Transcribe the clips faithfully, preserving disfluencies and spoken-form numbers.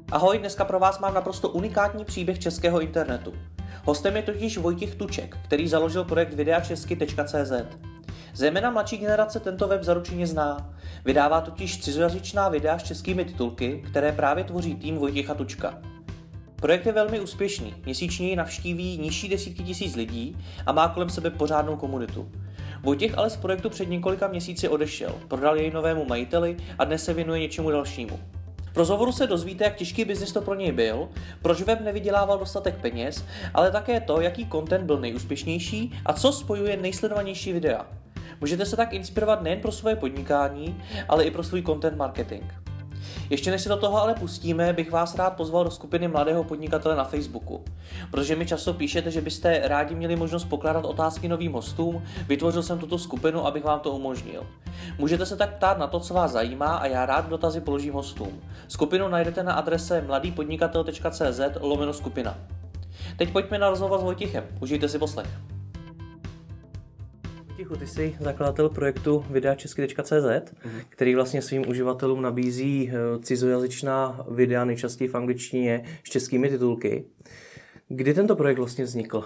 Ahoj, dneska pro vás mám naprosto unikátní příběh českého internetu. Hostem je totiž Vojtěch Tuček, který založil projekt videačesky tečka cé zet. Zejména mladší generace tento web zaručeně zná. Vydává totiž cizojazyčná videa s českými titulky, které právě tvoří tým Vojtěcha Tučka. Projekt je velmi úspěšný, měsíčně ji navštíví nižší desítky tisíc lidí a má kolem sebe pořádnou komunitu. Vojtěch ale z projektu před několika měsíci odešel, prodal jej novému majiteli a dnes se věnuje něčemu dalšímu. V rozhovoru se dozvíte, jak těžký biznis to pro něj byl, proč web nevydělával dostatek peněz, ale také to, jaký content byl nejúspěšnější a co spojuje nejsledovanější videa. Můžete se tak inspirovat nejen pro svoje podnikání, ale i pro svůj content marketing. Ještě než se do toho ale pustíme, bych vás rád pozval do skupiny Mladého podnikatele na Facebooku. Protože mi často píšete, že byste rádi měli možnost pokládat otázky novým hostům, vytvořil jsem tuto skupinu, abych vám to umožnil. Můžete se tak ptát na to, co vás zajímá, a já rád dotazy položím hostům. Skupinu najdete na adrese mladý podnikatel tečka cé zet lomeno skupina. Teď pojďme na rozhovor s Vojtěchem. Užijte si poslech. Vojtěchu, ty jsi zakladatel projektu videačesky tečka cé zet, mm-hmm. který vlastně svým uživatelům nabízí cizojazyčná videa, nejčastěji v angličtině, s českými titulky. Kdy tento projekt vlastně vznikl?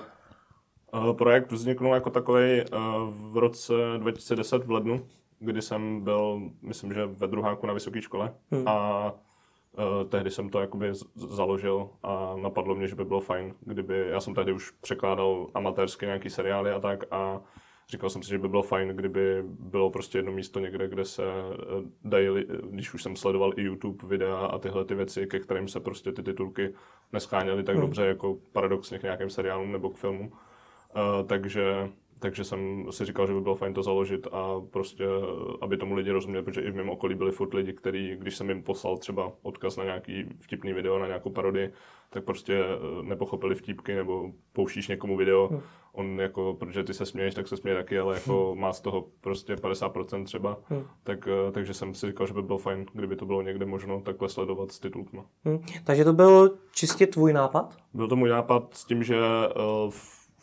Projekt vznikl jako takový v roce dva tisíce deset v lednu, kdy jsem byl, myslím, že ve druháku na vysoké škole hmm. a uh, tehdy jsem to jakoby založil a napadlo mě, že by bylo fajn, kdyby, já jsem tehdy už překládal amatérsky nějaký seriály a tak a říkal jsem si, že by bylo fajn, kdyby bylo prostě jedno místo někde, kde se dají, když už jsem sledoval i YouTube videa a tyhle ty věci, ke kterým se prostě ty titulky nescháněly tak hmm. dobře jako paradoxně k nějakým seriálům nebo k filmům. Uh, takže, takže jsem si říkal, že by bylo fajn to založit a prostě, aby tomu lidi rozuměli, protože i v mém okolí byli furt lidi, kteří, když jsem jim poslal třeba odkaz na nějaký vtipný video, na nějakou parodii, tak prostě nepochopili vtípky, nebo pouštíš někomu video, hmm. on jako, protože ty se směješ, tak se směje taky, ale jako má z toho prostě padesát procent třeba, hmm. tak, takže jsem si říkal, že by bylo fajn, kdyby to bylo někde možno takhle sledovat s titulkama. Hmm. Takže to byl čistě tvůj nápad? Byl to můj nápad s tím, že uh,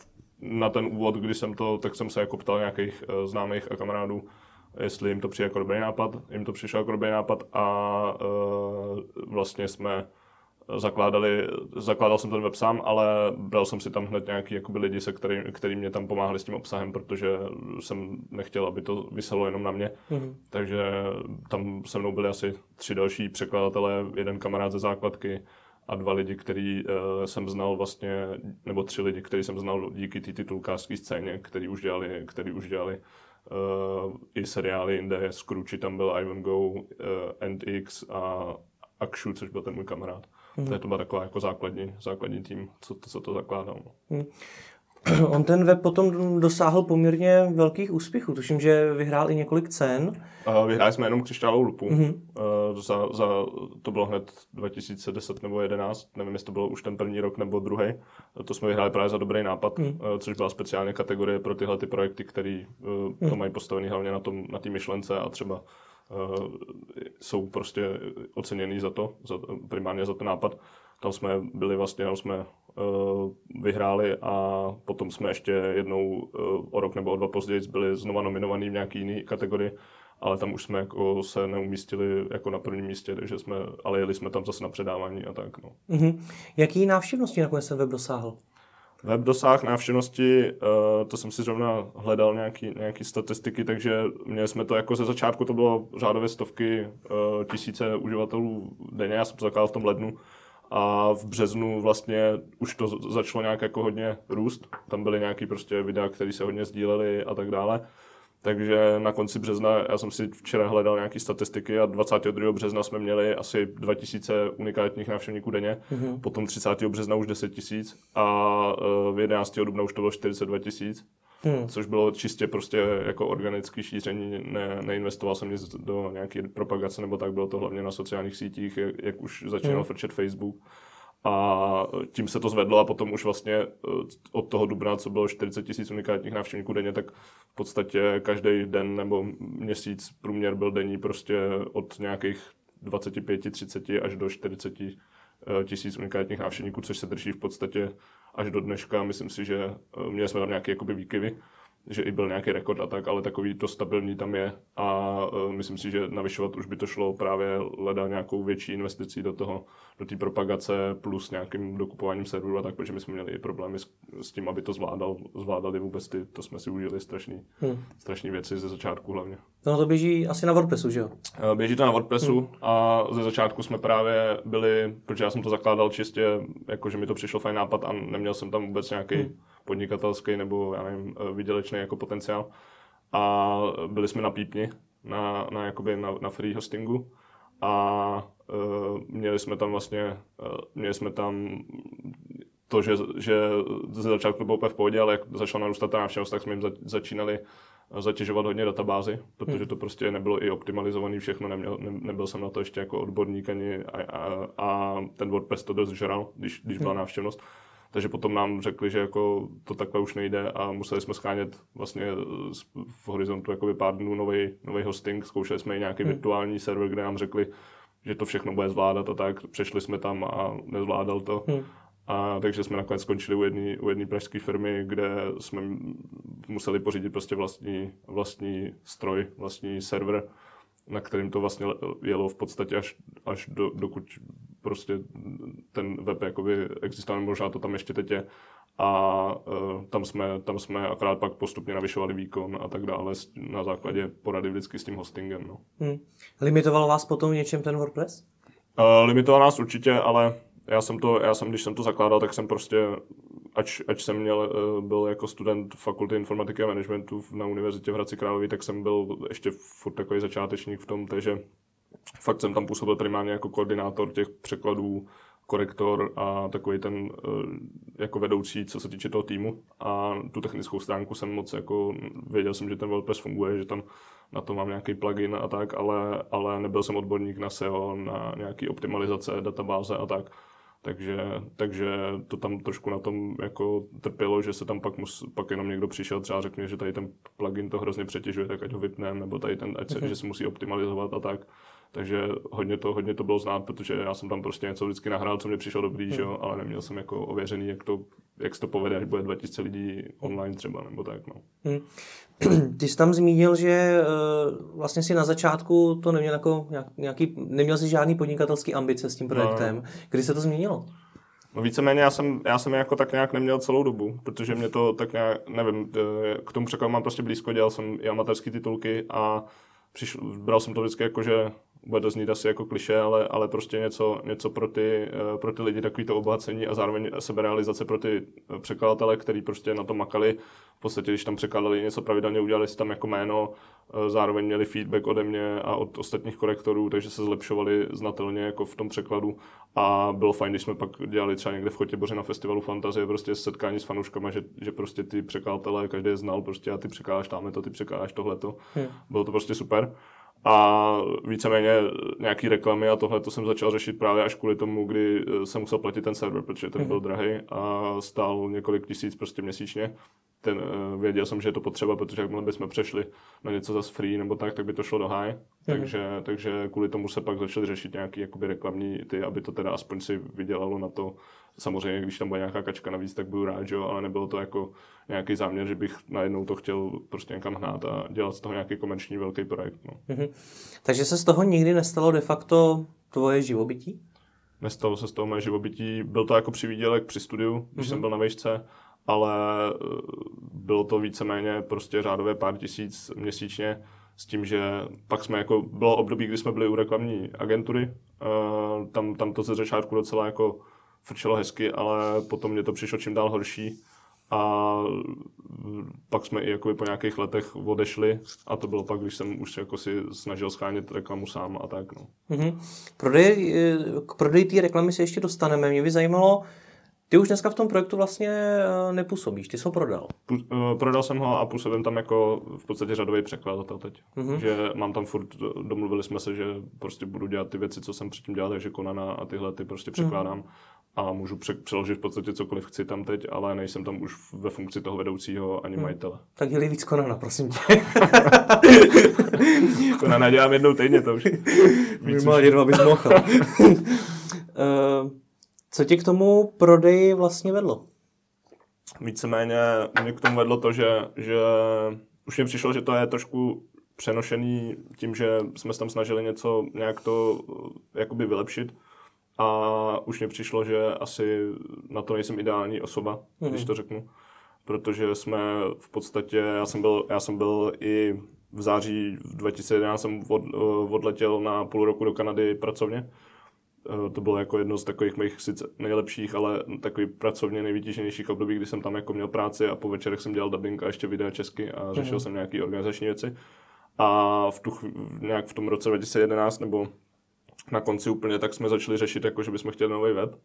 na ten úvod, kdy jsem to, tak jsem se jako ptal nějakých uh, známých a kamarádů, jestli jim to přijde jako dobrý nápad. Jim to přišel jako dobrý nápad a uh, vlastně jsme zakládali, zakládal jsem ten web sám, ale bral jsem si tam hned nějaký jakoby lidi, se který, který mě tam pomáhali s tím obsahem, protože jsem nechtěl, aby to viselo jenom na mě. Mm-hmm. Takže tam se mnou byli asi tři další překladatelé, jeden kamarád ze základky a dva lidi, který uh, jsem znal vlastně, nebo tři lidi, který jsem znal díky té titulkářské scéně, který už dělali, který už dělali uh, i seriály jinde, Scrooge tam byl, Ivan Go, uh, N X a Akshu, což byl ten můj kamarád. Mm. To byl taková jako základní, základní tým, co to, co to zakládal. Mm. On ten web potom dosáhl poměrně velkých úspěchů. Tuším, že vyhrál i několik cen. Uh, vyhráli jsme jenom křišťálovou lupu. Mm-hmm. Uh, za, za, to bylo hned dva tisíce deset nebo jedenáct, nevím, jestli to bylo už ten první rok nebo druhý. To jsme vyhráli právě za dobrý nápad, mm. uh, což byla speciálně kategorie pro tyhle ty projekty, které uh, mm. to mají postavený hlavně na tom, na té myšlence a třeba Uh, jsou prostě oceněný za to, za, primárně za ten nápad. Tam jsme byli vlastně, tam jsme uh, vyhráli a potom jsme ještě jednou uh, o rok nebo o dva později byli znova nominovaní v nějaký jiný kategorii, ale tam už jsme jako se neumístili jako na prvním místě, takže jsme, ale jeli jsme tam zase na předávání a tak. No. Mm-hmm. Jaký návštěvnosti nakonec ten web dosáhl? Web dosáh návštěvnosti, to jsem si zrovna hledal nějaký, nějaký statistiky, takže měli jsme to jako ze začátku, to bylo řádově stovky tisíce uživatelů denně, já jsem to zakládal v tom lednu a v březnu vlastně už to začalo nějak jako hodně růst, tam byly nějaký prostě videa, které se hodně sdílely a tak dále. Takže na konci března, já jsem si včera hledal nějaké statistiky a dvacátého druhého března jsme měli asi dva tisíce unikátních návštěvníků denně, mm-hmm. potom třicátého března už deset tisíc a v jedenáctého dubna už to bylo čtyřicet dva tisíc, mm. což bylo čistě prostě jako organické šíření, ne, neinvestoval jsem nic do nějaké propagace nebo tak, bylo to hlavně na sociálních sítích, jak, jak už začínal mm. frčet Facebook. A tím se to zvedlo a potom už vlastně od toho dubna, co bylo čtyřicet tisíc unikátních návštěvníků denně, tak v podstatě každý den nebo měsíc průměr byl denní prostě od nějakých dvacet pět třicet až do čtyřicet tisíc unikátních návštěvníků, což se drží v podstatě až do dneška. Myslím si, že měli jsme tam nějaké jakoby výkyvy, že i byl nějaký rekord a tak, ale takový to stabilní tam je a uh, myslím si, že navyšovat už by to šlo právě leda nějakou větší investicí do toho, do té propagace plus nějakým dokupováním serverů a tak, protože my jsme měli i problémy s, s tím, aby to zvládal, zvládali vůbec ty, to jsme si užili strašný, hmm. strašný věci ze začátku hlavně. No to běží asi na WordPressu, že jo? Uh, běží to na WordPressu hmm. a ze začátku jsme právě byli, protože já jsem to zakládal čistě, jako že mi to přišlo fajn nápad a neměl jsem tam vůbec nějaký hmm. podnikatelský nebo já nevím, vydělečný jako potenciál. A byli jsme na Pípni, na, na, jakoby na, na free hostingu a uh, měli jsme tam vlastně, uh, měli jsme tam to, že, že ze začátku bylo úplně v pohodě, ale jak začala narůstat ta návštěvnost, tak jsme jim za, začínali zatěžovat hodně databázy, protože to prostě nebylo i optimalizovaný všechno, neměl, ne, nebyl jsem na to ještě jako odborník ani a, a, a ten WordPress to dost žral, když, když byla návštěvnost. Takže potom nám řekli, že jako to takhle už nejde a museli jsme schánět vlastně v horizontu jakoby pár dnů nový hosting. Zkoušeli jsme i nějaký hmm. virtuální server, kde nám řekli, že to všechno bude zvládat a tak. Přešli jsme tam a nezvládal to. Hmm. A takže jsme nakonec skončili u jedné u jedné pražské firmy, kde jsme museli pořídit prostě vlastní, vlastní stroj, vlastní server, na kterým to vlastně jelo v podstatě až, až do, dokud prostě ten web jakoby existoval, možná to tam ještě teď je. A uh, tam, jsme, tam jsme akorát pak postupně navyšovali výkon a tak dále na základě porady vždycky s tím hostingem. No. Hmm. Limitoval vás potom něčem ten WordPress? Uh, limitoval nás určitě, ale já jsem to, já jsem, když jsem to zakládal, tak jsem prostě, ač, ač jsem měl, byl jako student fakulty informatiky a managementu na univerzitě v Hradci Králové, tak jsem byl ještě furt takový začátečník v tom, takže fakt jsem tam působil primárně jako koordinátor těch překladů, korektor a takový ten jako vedoucí, co se týče toho týmu. A tu technickou stránku jsem moc jako, věděl jsem, že ten WordPress funguje, že tam na to mám nějaký plugin a tak, ale, ale nebyl jsem odborník na S E O, na nějaký optimalizace, databáze a tak. Takže, takže to tam trošku na tom jako trpělo, že se tam pak, mus, pak jenom někdo přišel, třeba řekne, že tady ten plugin to hrozně přetěžuje, tak ať ho vypneme, nebo tady ten, ať se, mm-hmm. že se musí optimalizovat a tak. Takže hodně to, hodně to bylo znát, protože já jsem tam prostě něco vždycky nahrál, co mi přišlo dobrý, mm. že jo, ale neměl jsem jako ověřený, jak to, jak se to povede, až bude dva tisíce lidí online třeba, nebo tak, no. Mm. Ty jsi tam zmínil, že uh, vlastně si na začátku to neměl jako nějaký, neměl jsi žádný podnikatelský ambice s tím projektem. No. Kdy se to změnilo? No víceméně já jsem, já jsem jako tak nějak neměl celou dobu, protože mě to tak nějak, nevím, k tomu překladu mám prostě blízko, dělal jsem i amatérský titulky a přišel, bral jsem to vždycky jako, že bude to znít asi jako klišé, ale, ale prostě něco, něco pro, ty, pro ty lidi, takový to obohacení a zároveň seberealizace pro ty překladatele, kteří prostě na to makali. V podstatě, když tam překladali něco pravidelně, udělali si tam jako jméno, zároveň měli feedback ode mě a od ostatních korektorů, takže se zlepšovali znatelně jako v tom překladu. A bylo fajn, když jsme pak dělali třeba někde v Chotěboře na festivalu Fantazie, prostě setkání s fanouškama, že, že prostě ty překladatelé, každý je znal, prostě a ty překládáš tamhle to, ty překládáš tohleto. Hmm. Bylo to prostě super. A víceméně nějaký reklamy a tohle to jsem začal řešit právě až kvůli tomu, kdy jsem musel platit ten server, protože ten byl drahý a stál několik tisíc prostě měsíčně. Ten, věděl jsem, že je to potřeba, protože jakmile bychom přešli na něco zas free nebo tak, tak by to šlo do háje. Takže, takže kvůli tomu se pak začaly řešit nějaký jakoby reklamní ty, aby to teda aspoň si vydělalo na to. Samozřejmě, když tam bude nějaká kačka navíc, tak budu rád, jo, ale nebylo to jako nějaký záměr, že bych najednou to chtěl prostě někam hnát a dělat z toho nějaký komerční velký projekt. No. Mm-hmm. Takže se z toho nikdy nestalo de facto tvoje živobytí? Nestalo se z toho moje živobytí. Byl to jako přivýdělek při studiu, když mm-hmm. jsem byl na vejšce, ale bylo to víceméně prostě řádově pár tisíc měsíčně, s tím, že pak jsme jako, bylo období, kdy jsme byli u reklamní agentury, tam, tam to ze začátku docela jako frčelo hezky, ale potom mě to přišlo čím dál horší a pak jsme i jakoby po nějakých letech odešli a to bylo pak, když jsem už jako si snažil schánět reklamu sám a tak. No. Mm-hmm. Prodej, k prodeji té reklamy se ještě dostaneme. Mě by zajímalo, ty už dneska v tom projektu vlastně nepůsobíš, ty jsi ho prodal. Prodal jsem ho a působím tam jako v podstatě řadový překladatel teď. Mm-hmm. Že mám tam furt, domluvili jsme se, že prostě budu dělat ty věci, co jsem předtím dělal, takže Conana a tyhle ty prostě překládám. Mm-hmm. A můžu přeložit v podstatě cokoliv chci tam teď, ale nejsem tam už ve funkci toho vedoucího ani hmm. majitele. Tak dělej víc Conana, prosím tě. Conana dělám jednou týdně, to už. Minimálně dva bys mohl. Co tě k tomu prodeji vlastně vedlo? víceméně mě k tomu vedlo to, že, že už mi přišlo, že to je trošku přenošený tím, že jsme se tam snažili něco nějak to jakoby vylepšit a už mi přišlo, že asi na to nejsem ideální osoba, mm. když to řeknu, protože jsme v podstatě, já jsem byl, já jsem byl i v září dva tisíce jedenáct jsem od, odletěl na půl roku do Kanady pracovně. To bylo jako jedno z takových mých sice nejlepších, ale takový pracovně nejvytíženějších období, kdy jsem tam jako měl práci a po večerech jsem dělal dubbing a ještě videa česky a řešil mm. jsem nějaké organizační věci. A v tu, nějak v tom roce dva tisíce jedenáct nebo na konci úplně, tak jsme začali řešit, jako, že bychom chtěli nový web,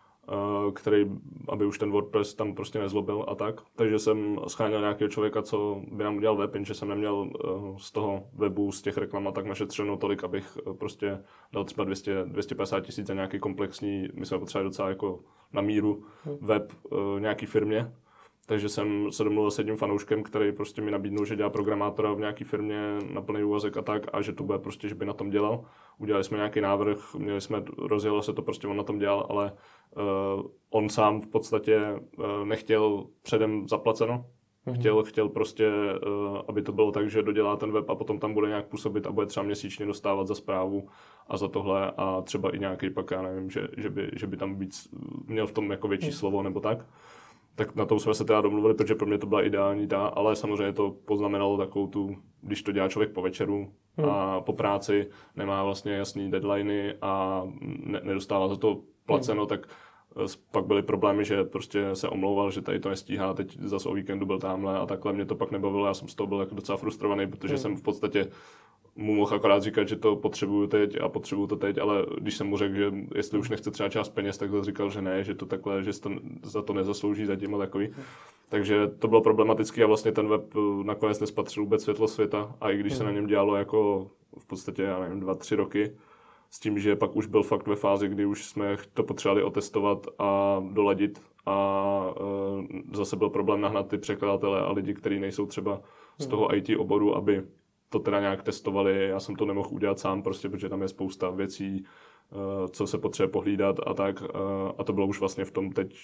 který, aby už ten WordPress tam prostě nezlobil a tak. Takže jsem scháněl nějakého člověka, co by nám udělal web, jenže jsem neměl z toho webu, z těch reklam a tak našetřeno tolik, abych prostě dal třeba dvě stě, dvě stě padesát tisíc za nějaký komplexní, my jsme potřebovali docela jako na míru web nějaký firmě. Takže jsem se domluvil s jedním fanouškem, který prostě mi nabídnul, že dělá programátora v nějaké firmě na plný úvazek a tak a že to bude prostě, že by na tom dělal. Udělali jsme nějaký návrh, měli jsme, rozjelo se to, prostě on na tom dělal, ale uh, on sám v podstatě uh, nechtěl předem zaplaceno. Mm-hmm. Chtěl, chtěl prostě, uh, aby to bylo tak, že dodělá ten web a potom tam bude nějak působit a bude třeba měsíčně dostávat za správu a za tohle a třeba i nějaký pak, já nevím, že, že, by, že by tam víc, měl v tom jako větší mm. slovo nebo tak. Tak na tom jsme se teda domluvili, protože pro mě to byla ideální ta, ale samozřejmě to poznamenalo takovou tu, když to dělá člověk po večeru a hmm. po práci, nemá vlastně jasný deadliny a ne, nedostává za to placeno, hmm. tak pak byly problémy, že prostě se omlouval, že tady to nestíhá, teď zase o víkendu byl tamhle a takhle, mě to pak nebavilo, já jsem z toho byl jako docela frustrovaný, protože hmm. jsem v podstatě mu mohl akorát říkat, že to potřebuju teď a potřebuju to teď, ale když jsem mu řekl, že jestli už nechce třeba část peněz, tak to říkal, že ne, že to takhle, že to za to nezaslouží zatím a takový. Takže to bylo problematické a vlastně ten web nakonec nespatřil vůbec světlo světa a i když se na něm dělalo jako v podstatě, já nevím, dva, tři roky, s tím, že pak už byl fakt ve fázi, kdy už jsme to potřebovali otestovat a doladit a e, zase byl problém nahnat ty překladatele a lidi, kteří nejsou třeba z toho í té oboru, aby to teda nějak testovali, já jsem to nemohl udělat sám prostě, protože tam je spousta věcí, co se potřebuje pohlídat a tak. A to bylo už vlastně v tom teď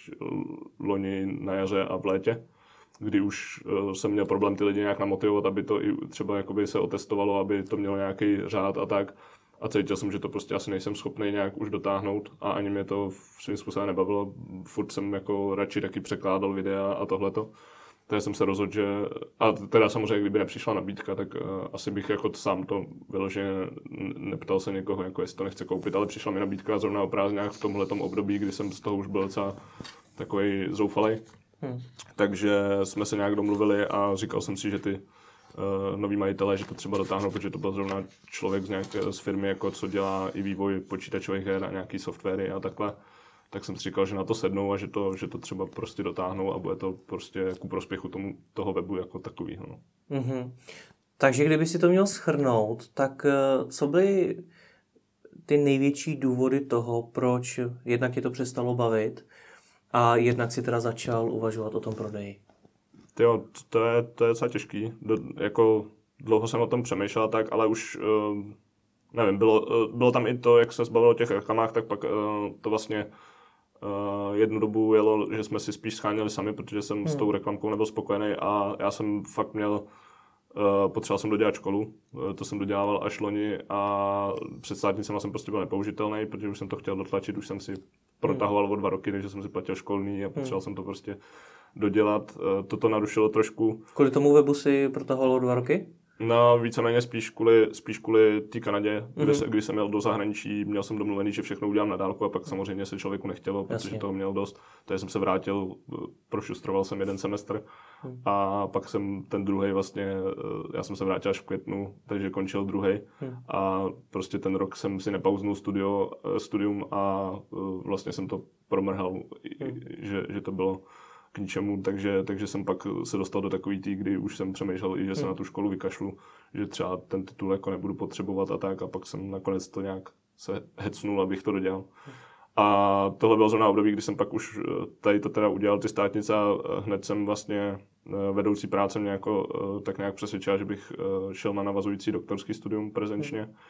loni na jaře a v létě, kdy už jsem měl problém ty lidi nějak namotivovat, aby to i třeba jakoby se otestovalo, aby to mělo nějaký řád a tak. A cítil jsem, že to prostě asi nejsem schopný nějak už dotáhnout a ani mě to svým způsobem nebavilo. Furt jsem jako radši taky překládal videa a tohleto. Takže jsem se rozhodl, že, a teda samozřejmě, kdyby nepřišla nabídka, tak uh, asi bych jako sám to vyloženě neptal se někoho, jako jestli to nechce koupit, ale přišla mi nabídka zrovna o prázdninách v tomhletom období, kdy jsem z toho už byl docela takovej zoufalej. Hmm. Takže jsme se nějak domluvili a říkal jsem si, že ty uh, noví majitelé, že to třeba dotáhnou, protože to byl zrovna člověk z nějaké z firmy, jako co dělá i vývoj počítačových her a nějaký softwary a takhle. Tak jsem si říkal, že na to sednou a že to, že to třeba prostě dotáhnou a bude to prostě ku prospěchu tomu, toho webu jako takovýho. No. Mm-hmm. Takže kdyby si to měl shrnout, tak co byly ty největší důvody toho, proč jednak tě to přestalo bavit a jednak si teda začal uvažovat o tom prodeji? Jo, to je, to je docela těžký. Do, jako dlouho jsem o tom přemýšlel tak, ale už uh, nevím, bylo, bylo tam i to, jak se zbavilo o těch reklamách, tak pak uh, to vlastně Uh, jednu dobu jelo, že jsme si spíš scháněli sami, protože jsem hmm. s tou reklamkou nebyl spokojený a já jsem fakt měl, uh, potřeboval jsem dodělat školu, uh, to jsem dodělával až loni a před státnicema jsem prostě byl nepoužitelný, protože už jsem to chtěl dotlačit, už jsem si protahoval o dva roky, takže jsem si platil školní a potřeboval hmm. jsem to prostě dodělat. Uh, toto narušilo trošku. Kvůli tomu webu si protahoval o dva roky? No, víceméně spíš kvůli, spíš kvůli té Kanadě, mm-hmm. kde se, když jsem jel do zahraničí, měl jsem domluvený, že všechno udělám na dálku a pak samozřejmě se člověku nechtělo, protože Jasně. toho měl dost. Takže jsem se vrátil, prošustroval jsem jeden semestr mm. a pak jsem ten druhý vlastně, já jsem se vrátil až v květnu, takže končil druhý mm. a prostě ten rok jsem si nepauznul studio, studium a vlastně jsem to promrhal, mm. že, že to bylo k ničemu, takže, takže jsem pak se dostal do takový tý, kdy už jsem přemýšlel i, že se hmm. na tu školu vykašlu, že třeba ten titul jako nebudu potřebovat a tak a pak jsem nakonec to nějak se hecnul, abych to dodělal. Hmm. A tohle bylo zrovna období, kdy jsem pak už tady to teda udělal ty státnice a hned jsem vlastně vedoucí práce mě jako tak nějak přesvědčil, že bych šel na navazující doktorský studium prezenčně.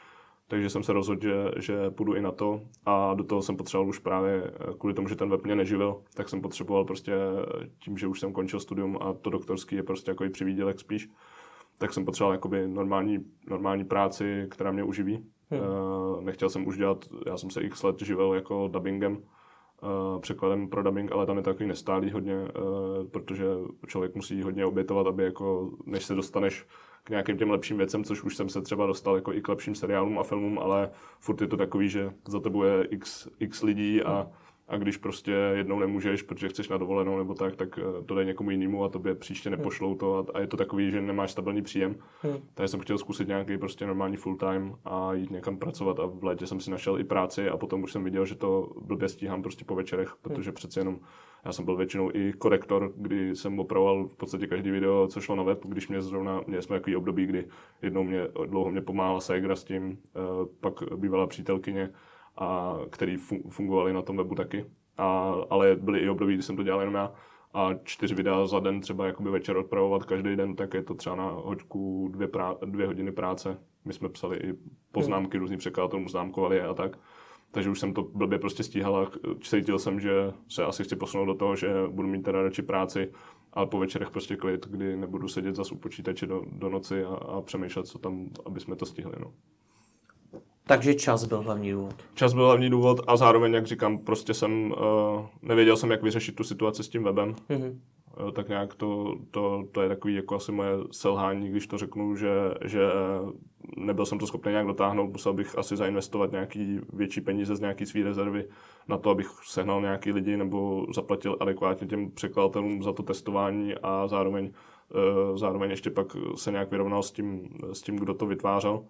takže jsem se rozhodl, že, že půjdu i na to a do toho jsem potřeboval už právě kvůli tomu, že ten web mě neživil, tak jsem potřeboval prostě tím, že už jsem končil studium a to doktorský je prostě jako i přivídělek spíš, tak jsem potřeboval jakoby normální, normální práci, která mě uživí. Hmm. Uh, nechtěl jsem už dělat, já jsem se x let živil jako dubbingem, uh, překladem pro dubbing, ale tam je to takový nestálý hodně, uh, protože člověk musí hodně obětovat, aby jako, než se dostaneš k nějakým těm lepším věcem, což už jsem se třeba dostal jako i k lepším seriálům a filmům, ale furt je to takový, že za tebou je x, x lidí a, a když prostě jednou nemůžeš, protože chceš na dovolenou nebo tak, tak to dej někomu jinému a tobě příště nepošlou to a, a je to takový, že nemáš stabilní příjem. Hmm. Takže jsem chtěl zkusit nějaký prostě normální full time a jít někam pracovat a v létě jsem si našel i práci a potom už jsem viděl, že to blbě stíhám prostě po večerech, protože hmm. přeci jenom já jsem byl většinou i korektor, kdy jsem opravoval v podstatě každý video, co šlo na web, když mě zrovna, měli jsme takový období, kdy jednou mě, dlouho mě pomáhala ségra s tím, pak bývala přítelkyně, a který fungovali na tom webu taky. A, ale byly i období, kdy jsem to dělal jenom já. A čtyři videa za den třeba jakoby večer odpravovat každý den, tak je to třeba na hoďku dvě, prá, dvě hodiny práce. My jsme psali i poznámky, různý překladatelům, známkovali je a tak. Takže už jsem to blbě prostě stíhal a cítil jsem, že se asi chci posunout do toho, že budu mít teda radši práci, ale po večerech prostě klid, kdy nebudu sedět zas u počítače do, do noci a, a přemýšlet, co tam, aby jsme to stihli. No. Takže čas byl hlavní důvod. Čas byl hlavní důvod a zároveň, jak říkám, prostě jsem uh, nevěděl jsem, jak vyřešit tu situaci s tím webem. Mm-hmm. Uh, tak nějak to, to, to je takový jako asi moje selhání, když to řeknu, že, že nebyl jsem to schopný nějak dotáhnout, musel bych asi zainvestovat nějaký větší peníze z nějaký svý rezervy na to, abych sehnal nějaký lidi nebo zaplatil adekvátně těm překladatelům za to testování a zároveň, uh, zároveň ještě pak se nějak vyrovnal s tím, s tím, kdo to vytvářel.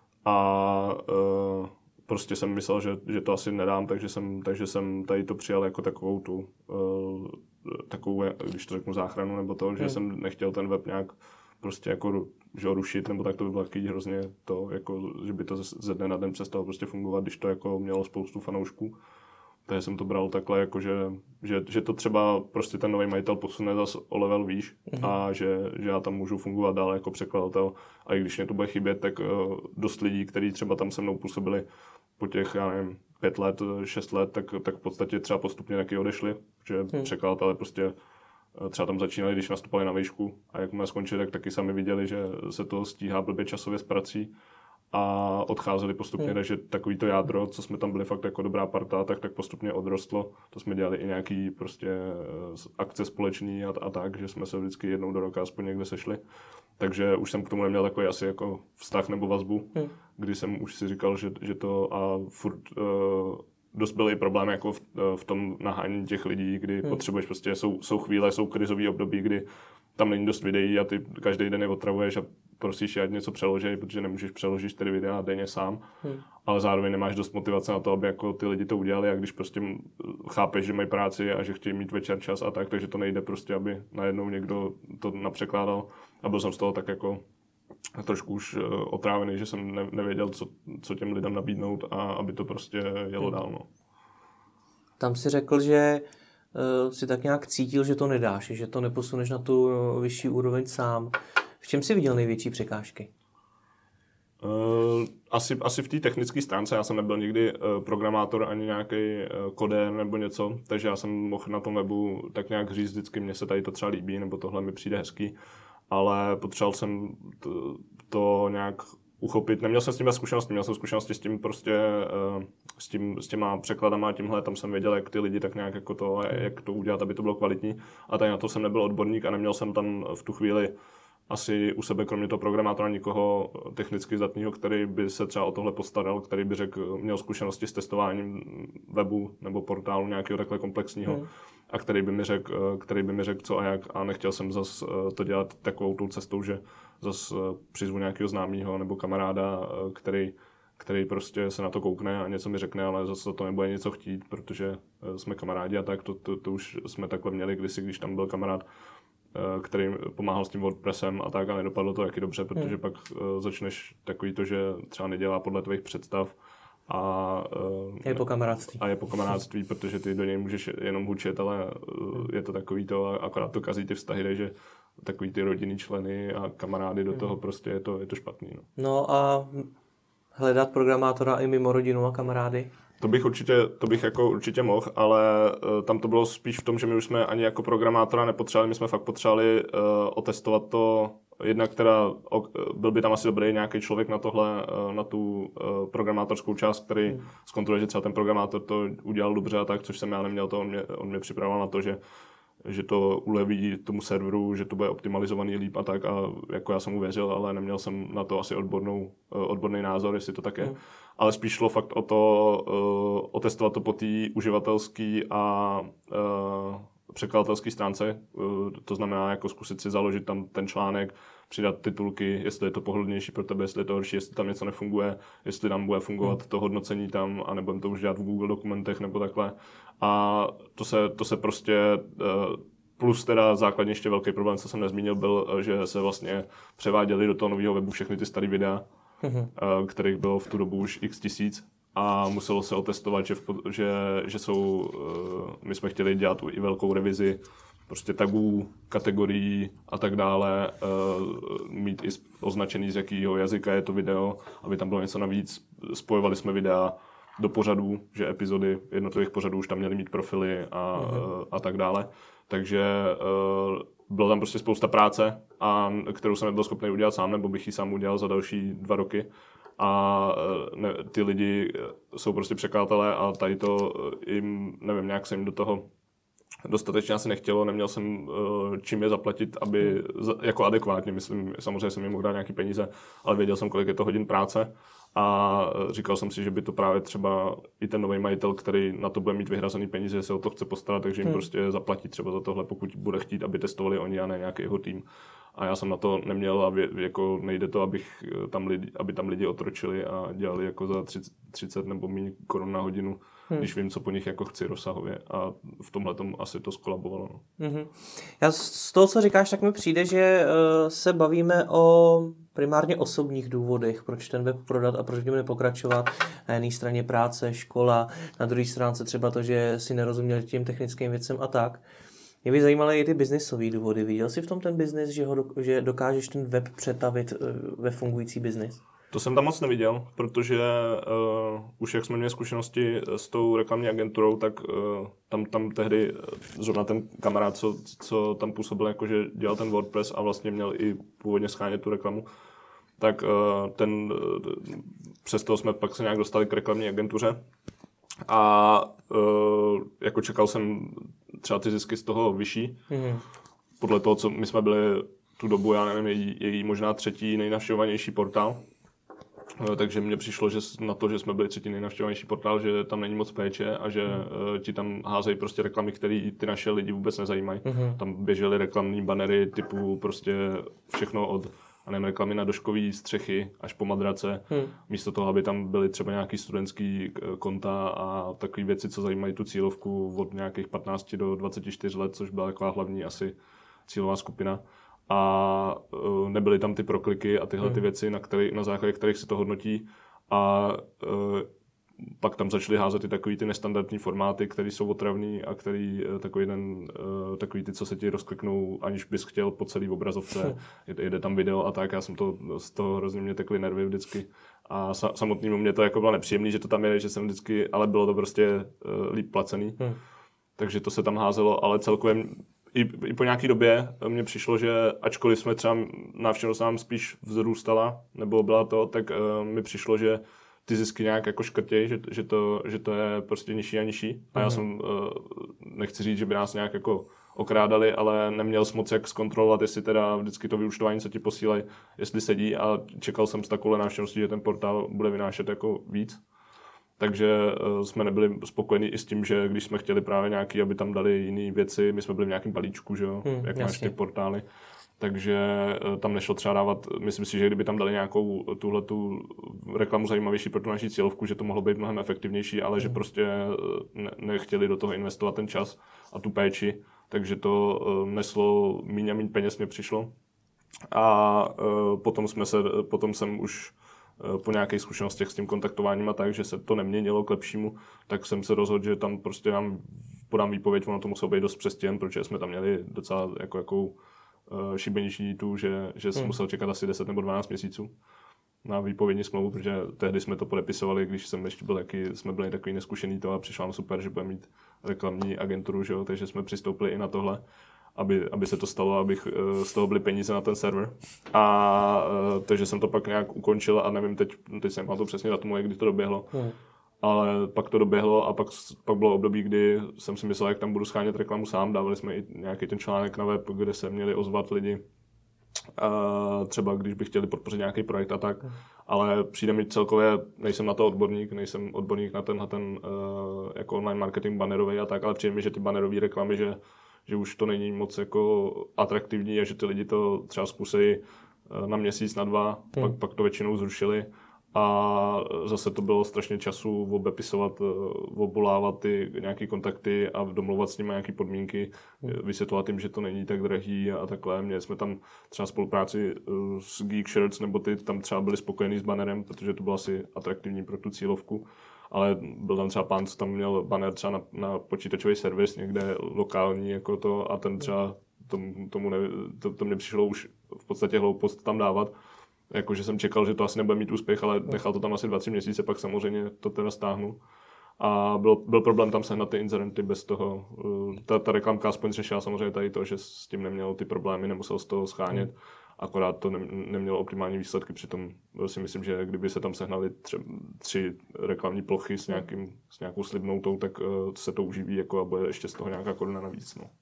A uh, prostě jsem myslel, že, že to asi nedám, takže jsem, takže jsem tady to přijal jako takovou tu, uh, takovou, když to řeknu, záchranu, nebo to, že hmm. jsem nechtěl ten web nějak prostě jako že ho rušit, nebo tak to by bylo taky hrozně to, jako, že by to ze dne na den přestalo prostě fungovat, když to jako mělo spoustu fanoušků. Takže jsem to bral takhle, jako že, že, že to třeba prostě ten nový majitel posune zase o level výš mm-hmm. a že, že já tam můžu fungovat dál jako překladatel. A i když mě to bude chybět, tak uh, dost lidí, kteří třeba tam se mnou působili po těch, já nevím, pět let, šest let, tak, tak v podstatě třeba postupně taky odešli, že mm. překladatelé prostě uh, třeba tam začínali, když nastupovali na výšku a jakmile skončili, tak taky sami viděli, že se to stíhá blbě časově s prací. A odcházeli postupně, hmm. takže takový to jádro, co jsme tam byli fakt jako dobrá parta, tak, tak postupně odrostlo. To jsme dělali i nějaký prostě akce společný a, a tak, že jsme se vždycky jednou do roka aspoň někde sešli. Takže už jsem k tomu neměl takový asi jako vztah nebo vazbu, hmm. kdy jsem už si říkal, že, že to a furt uh, dost byl i problém jako v, v tom nahání těch lidí, kdy hmm. potřebuješ prostě, jsou, jsou chvíle, jsou krizový období, kdy tam není dost videí a ty každý den je otravuješ a prosíš, ať něco přeloží, protože nemůžeš přeložit čtyři videa denně sám, hmm. ale zároveň nemáš dost motivace na to, aby jako ty lidi to udělali a když prostě chápeš, že mají práci a že chtějí mít večer čas a tak, takže to nejde prostě, aby najednou někdo to napřekládal a byl jsem z toho tak jako trošku už otrávený, že jsem ne, nevěděl, co, co těm lidem nabídnout a aby to prostě jelo hmm. dál. No. Tam si řekl, že uh, si tak nějak cítil, že to nedáš, že to neposuneš na tu uh, vyšší úroveň sám. V čem jsi viděl největší překážky? Uh, asi, asi v té technické stránce. Já jsem nebyl nikdy uh, programátor ani nějaký uh, kodér nebo něco, takže já jsem mohl na tom webu tak nějak říct vždycky, mně se tady to třeba líbí, nebo tohle mi přijde hezký, ale potřeboval jsem to, to nějak uchopit. Neměl jsem s tím zkušenosti, měl jsem zkušenosti s tím prostě, uh, s, tím, s těma překladama a tímhle, tam jsem věděl, jak ty lidi tak nějak jako to, jak to udělat, aby to bylo kvalitní, a tady na to jsem nebyl odborník a neměl jsem tam v tu chvíli asi u sebe, kromě toho programátora, nikoho technicky zdatného, který by se třeba o tohle postaral, který by řekl, měl zkušenosti s testováním webu nebo portálu nějakého takhle komplexního hmm. a který by mi řekl, který by mi řekl co a jak, a nechtěl jsem zas to dělat takovou tou cestou, že zas přizvu nějakého známého nebo kamaráda, který, který prostě se na to koukne a něco mi řekne, ale zase to nebude něco chtít, protože jsme kamarádi a tak, to, to, to už jsme takhle měli kdysi, když tam byl kamarád, který pomáhal s tím WordPressem a tak, a nedopadlo to taky dobře, protože hmm. pak uh, začneš takový to, že třeba nedělá podle tvých představ a uh, je po kamarádství. A je po kamarádství, protože ty do něj můžeš jenom hučet, ale uh, hmm. je to takový to, a akorát to kazí ty vztahy, že takový ty rodinný členy a kamarády do hmm. toho prostě je to, je to špatný. No, no a hledat programátora i mimo rodinu a kamarády? To bych určitě, to bych jako určitě mohl, ale uh, tam to bylo spíš v tom, že my už jsme ani jako programátora nepotřebovali, my jsme fakt potřebovali uh, otestovat to, jednak teda uh, byl by tam asi dobrý nějaký člověk na tohle, uh, na tu uh, programátorskou část, který hmm. zkontroluje, že třeba ten programátor to udělal dobře a tak, což jsem já neměl, to on mě, on mě připravoval na to, že že to uleví tomu serveru, že to bude optimalizovaný líp a tak a jako já jsem uvěřil, ale neměl jsem na to asi odbornou, odborný názor, jestli to tak je. Mm. Ale spíš šlo fakt o to, uh, otestovat to po té uživatelské a uh, překladatelské stránce, uh, to znamená jako zkusit si založit tam ten článek, přidat titulky, jestli je to pohodlnější pro tebe, jestli je to horší, jestli tam něco nefunguje, jestli tam bude fungovat to hodnocení tam, a nebudeme to už dělat v Google dokumentech nebo takhle. A to se, to se prostě, plus teda základně ještě velký problém, co jsem nezmínil, byl, že se vlastně převáděli do toho nového webu všechny ty staré videa, mm-hmm. kterých bylo v tu dobu už x tisíc. A muselo se otestovat, že, v, že, že jsou, my jsme chtěli dělat i velkou revizi prostě tagů, kategorií a tak dále, mít i označený, z jakého jazyka je to video, aby tam bylo něco navíc. Spojovali jsme videa do pořadů, že epizody jednotlivých pořadů už tam měly mít profily a, mm-hmm. a tak dále. Takže bylo tam prostě spousta práce, a, kterou jsem nebyl schopný udělat sám, nebo bych ji sám udělal za další dva roky. A ne, ty lidi jsou prostě překladatelé a tady to jim, nevím, nějak se jim do toho dostatečně asi nechtělo, neměl jsem uh, čím je zaplatit, aby, jako adekvátně, myslím, samozřejmě jsem jim mohl dát nějaký peníze, ale věděl jsem, kolik je to hodin práce a říkal jsem si, že by to právě třeba i ten nový majitel, který na to bude mít vyhrazený peníze, se o to chce postarat, takže jim hmm. prostě zaplatí třeba za tohle, pokud bude chtít, aby testovali oni a ne nějaký jeho tým. A já jsem na to neměl a vě, jako nejde to, abych tam lidi, aby tam lidi otročili a dělali jako za třicet nebo méně korun na hodinu, hmm. když vím, co po nich jako chci rozsahově. A v tomhle tom asi to skolabovalo. No. Mm-hmm. Já z toho, co říkáš, tak mi přijde, že uh, se bavíme o primárně osobních důvodech, proč ten web prodat a proč v něm nepokračovat. Na jedné straně práce, škola, na druhé stránce třeba to, že si nerozuměl těm technickým věcem a tak. Mě by zajímaly i ty biznisové důvody. Viděl jsi v tom ten biznis, že, ho, že dokážeš ten web přetavit ve fungující biznis? To jsem tam moc neviděl, protože uh, už jak jsme měli zkušenosti s tou reklamní agenturou, tak uh, tam, tam tehdy zrovna ten kamarád, co, co tam působil, jakože dělal ten WordPress a vlastně měl i původně schánět tu reklamu, tak uh, ten, uh, přes toho jsme pak se nějak dostali k reklamní agentuře a uh, jako čekal jsem třeba ty zisky z toho vyšší. Mm. Podle toho, co my jsme byli tu dobu, já nevím, její, její možná třetí nejnavštěvovanější portál. Takže mně přišlo, že na to, že jsme byli třetí nejnavštěvovanější portál, že tam není moc péče a že mm. ti tam házejí prostě reklamy, které ty naše lidi vůbec nezajímají. Mm. Tam běžely reklamní banery typu prostě všechno od a nevím, reklamy na doškový střechy až po madrace. Hmm. Místo toho, aby tam byly třeba nějaký studentský konta a takové věci, co zajímají tu cílovku od nějakých patnácti do dvaceti čtyř let, což byla taková hlavní asi cílová skupina. A uh, nebyly tam ty prokliky a tyhle hmm. ty věci, na, který, na základě kterých se to hodnotí. A uh, pak tam začali házet i takový ty nestandardní formáty, které jsou otravný a který takový ten, takový ty, co se ti rozkliknou, aniž bys chtěl po celý obrazovce, jde, jde tam video a tak. Já jsem to, z toho hrozně mě tekly nervy vždycky. A sa, samotnému mě to jako bylo nepříjemný, že to tam je, že jsem vždycky, ale bylo to prostě uh, líp placený. Hmm. Takže to se tam házelo, ale celkově i, i po nějaký době mně přišlo, že ačkoliv jsme třeba návštěvnost nám spíš vzrůstala, nebo byla to, tak uh, mi přišlo, že ty zisky nějak jako škrtěj, že, že, to, že to je prostě nižší a nižší. A já jsem, uh, nechci říct, že by nás nějak jako okrádali, ale neměl jsem moc jak zkontrolovat, jestli teda vždycky to vyúčtování, co ti posílají, jestli sedí, a čekal jsem s takovou návštěvností, že ten portál bude vynášet jako víc. Takže uh, jsme nebyli spokojeni i s tím, že když jsme chtěli právě nějaký, aby tam dali jiné věci, my jsme byli v nějakém balíčku, že jo, hmm, jak jasně. Máš ty portály. Takže tam nešlo třeba dávat, myslím si, že kdyby tam dali nějakou tuhletu reklamu zajímavější pro tu naši cílovku, že to mohlo být mnohem efektivnější, ale mm. že prostě ne, nechtěli do toho investovat ten čas a tu péči, takže to neslo míň a míň peněz mě přišlo. A potom, jsme se, potom jsem už po nějakých zkušenostech s tím kontaktováním a tak, že se to neměnilo k lepšímu, tak jsem se rozhodl, že tam prostě nám podám výpověď, ono to muselo být dost přestěn, protože jsme tam měli docela jako jakou šibeniční tu, že, že jsem hmm. musel čekat asi deset nebo dvanáct měsíců. na výpovědní smlouvu, protože tehdy jsme to podepisovali, když jsem ještě byl taky, jsme byli takový neskušený to a přišlo nám super, že budeme mít reklamní agenturu, že jo? Takže jsme přistoupili i na tohle, aby, aby se to stalo, abych z toho byly peníze na ten server. A takže jsem to pak nějak ukončil a nevím, teď, teď jsem to přesně datumu, kdy to doběhlo. Hmm. Ale pak to doběhlo a pak, pak bylo období, kdy jsem si myslel, jak tam budu schánět reklamu sám. Dávali jsme i nějaký ten článek na web, kde se měli ozvat lidi, uh, třeba když by chtěli podpořit nějaký projekt a tak. Hmm. Ale přijde mi celkově, nejsem na to odborník, nejsem odborník na tenhle ten uh, jako online marketing bannerový a tak, ale přijde mi, že ty bannerové reklamy, že, že už to není moc jako atraktivní a že ty lidi to třeba zkusí uh, na měsíc, na dva, hmm. pak, pak to většinou zrušili. A zase to bylo strašně času obepisovat, obolávat ty nějaké kontakty a domlouvat s nimi nějaké podmínky, vysvětlovat jim, že to není tak drahý a takhle. Měli jsme tam třeba spolupráci s Geek Shirts, nebo ty tam třeba byli spokojení s bannerem, protože to bylo asi atraktivní pro tu cílovku. Ale byl tam třeba pán, co tam měl banner třeba na, na počítačový servis někde lokální jako to a ten třeba tomu, tomu ne, to, to mně přišlo už v podstatě hloupost tam dávat. Jakože jsem čekal, že to asi nebude mít úspěch, ale nechal to tam asi dva, tři měsíce, pak samozřejmě to teda stáhnu. A byl, byl problém tam sehnat ty inzerenty bez toho. Ta, ta reklamka aspoň řešila samozřejmě tady to, že s tím neměl ty problémy, nemusel z toho schánět. Akorát to ne, nemělo optimální výsledky, přitom si myslím, že kdyby se tam sehnaly tři, tři reklamní plochy s, nějakým, s nějakou slibnoutou, tak uh, se to uživí jako a bude ještě z toho nějaká koruna navíc. No.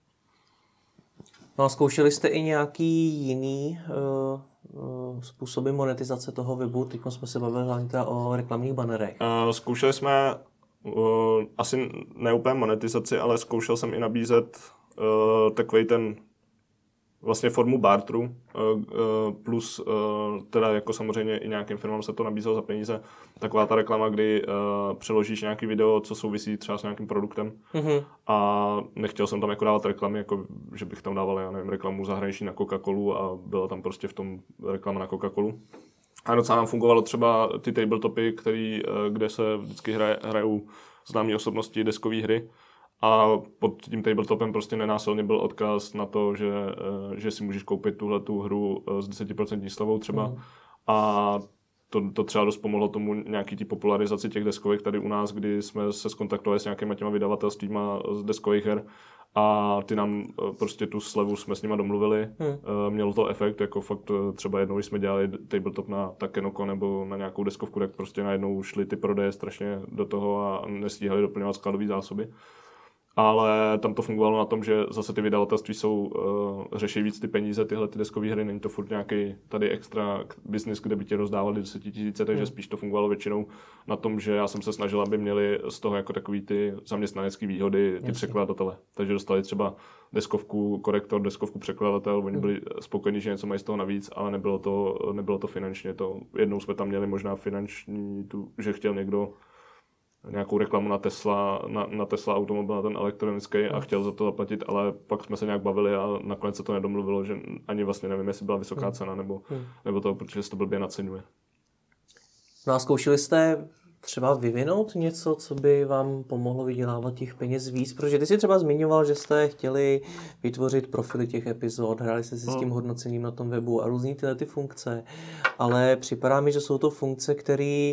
No a zkoušeli jste i nějaký jiný uh, uh, způsoby monetizace toho webu? Teď jsme se bavili hlavně o reklamních banerech. Uh, zkoušeli jsme uh, asi ne úplně monetizaci, ale zkoušel jsem i nabízet uh, takovej ten vlastně formu barteru, uh, uh, plus uh, teda jako samozřejmě i nějakým firmám se to nabízelo za peníze. Taková ta reklama, kdy uh, přeložíš nějaký video, co souvisí třeba s nějakým produktem mm-hmm. a nechtěl jsem tam jako dávat reklamy, jako že bych tam dával, já nevím, reklamu zahraniční na Coca-Colu a byla tam prostě v tom reklama na Coca-Colu. A docela nám fungovalo třeba ty tabletopy, který, uh, kde se vždycky hraje, hrajou známé osobnosti deskové hry. A pod tím tabletopem prostě nenásilně byl odkaz na to, že, že si můžeš koupit tuhle tu hru s deset procent slevou třeba. Mm. A to, to třeba dost pomohlo tomu nějaký tí popularizaci těch deskovek tady u nás, kdy jsme se skontaktovali s nějakýma těma vydavatelstvíma z deskových her a ty nám prostě tu slevu jsme s nima domluvili. Mm. Mělo to efekt, jako fakt třeba jednou, když jsme dělali tabletop na Takenoko nebo na nějakou deskovku, tak prostě najednou šly ty prodeje strašně do toho a nestíhali doplňovat skladové zásoby. Ale tam to fungovalo na tom, že zase ty vydavatelství jsou, uh, řeší víc ty peníze, tyhle ty deskové hry, není to furt nějaký tady extra business, kde by ti rozdávali deset tisíce, takže hmm. spíš to fungovalo většinou na tom, že já jsem se snažil, aby měli z toho jako takový ty zaměstnanecké výhody, ty Jasně. překladatele. Takže dostali třeba deskovku korektor, deskovku překladatel, oni byli spokojení, že něco mají z toho navíc, ale nebylo to, nebylo to finančně. To, jednou jsme tam měli možná finanční, tu, že chtěl někdo nějakou reklamu na Tesla, na, na Tesla automobil, na ten elektronický a chtěl za to zaplatit, ale pak jsme se nějak bavili a nakonec se to nedomluvilo, že ani vlastně nevím, jestli byla vysoká cena nebo, nebo to, protože se to blbě naceňuje. No a zkoušeli jste třeba vyvinout něco, co by vám pomohlo vydělávat těch peněz víc? Protože ty jsi třeba zmiňoval, že jste chtěli vytvořit profily těch epizod, hráli jste si no. s tím hodnocením na tom webu a různý tyhle ty funkce, ale připadá mi, že jsou to funkce, které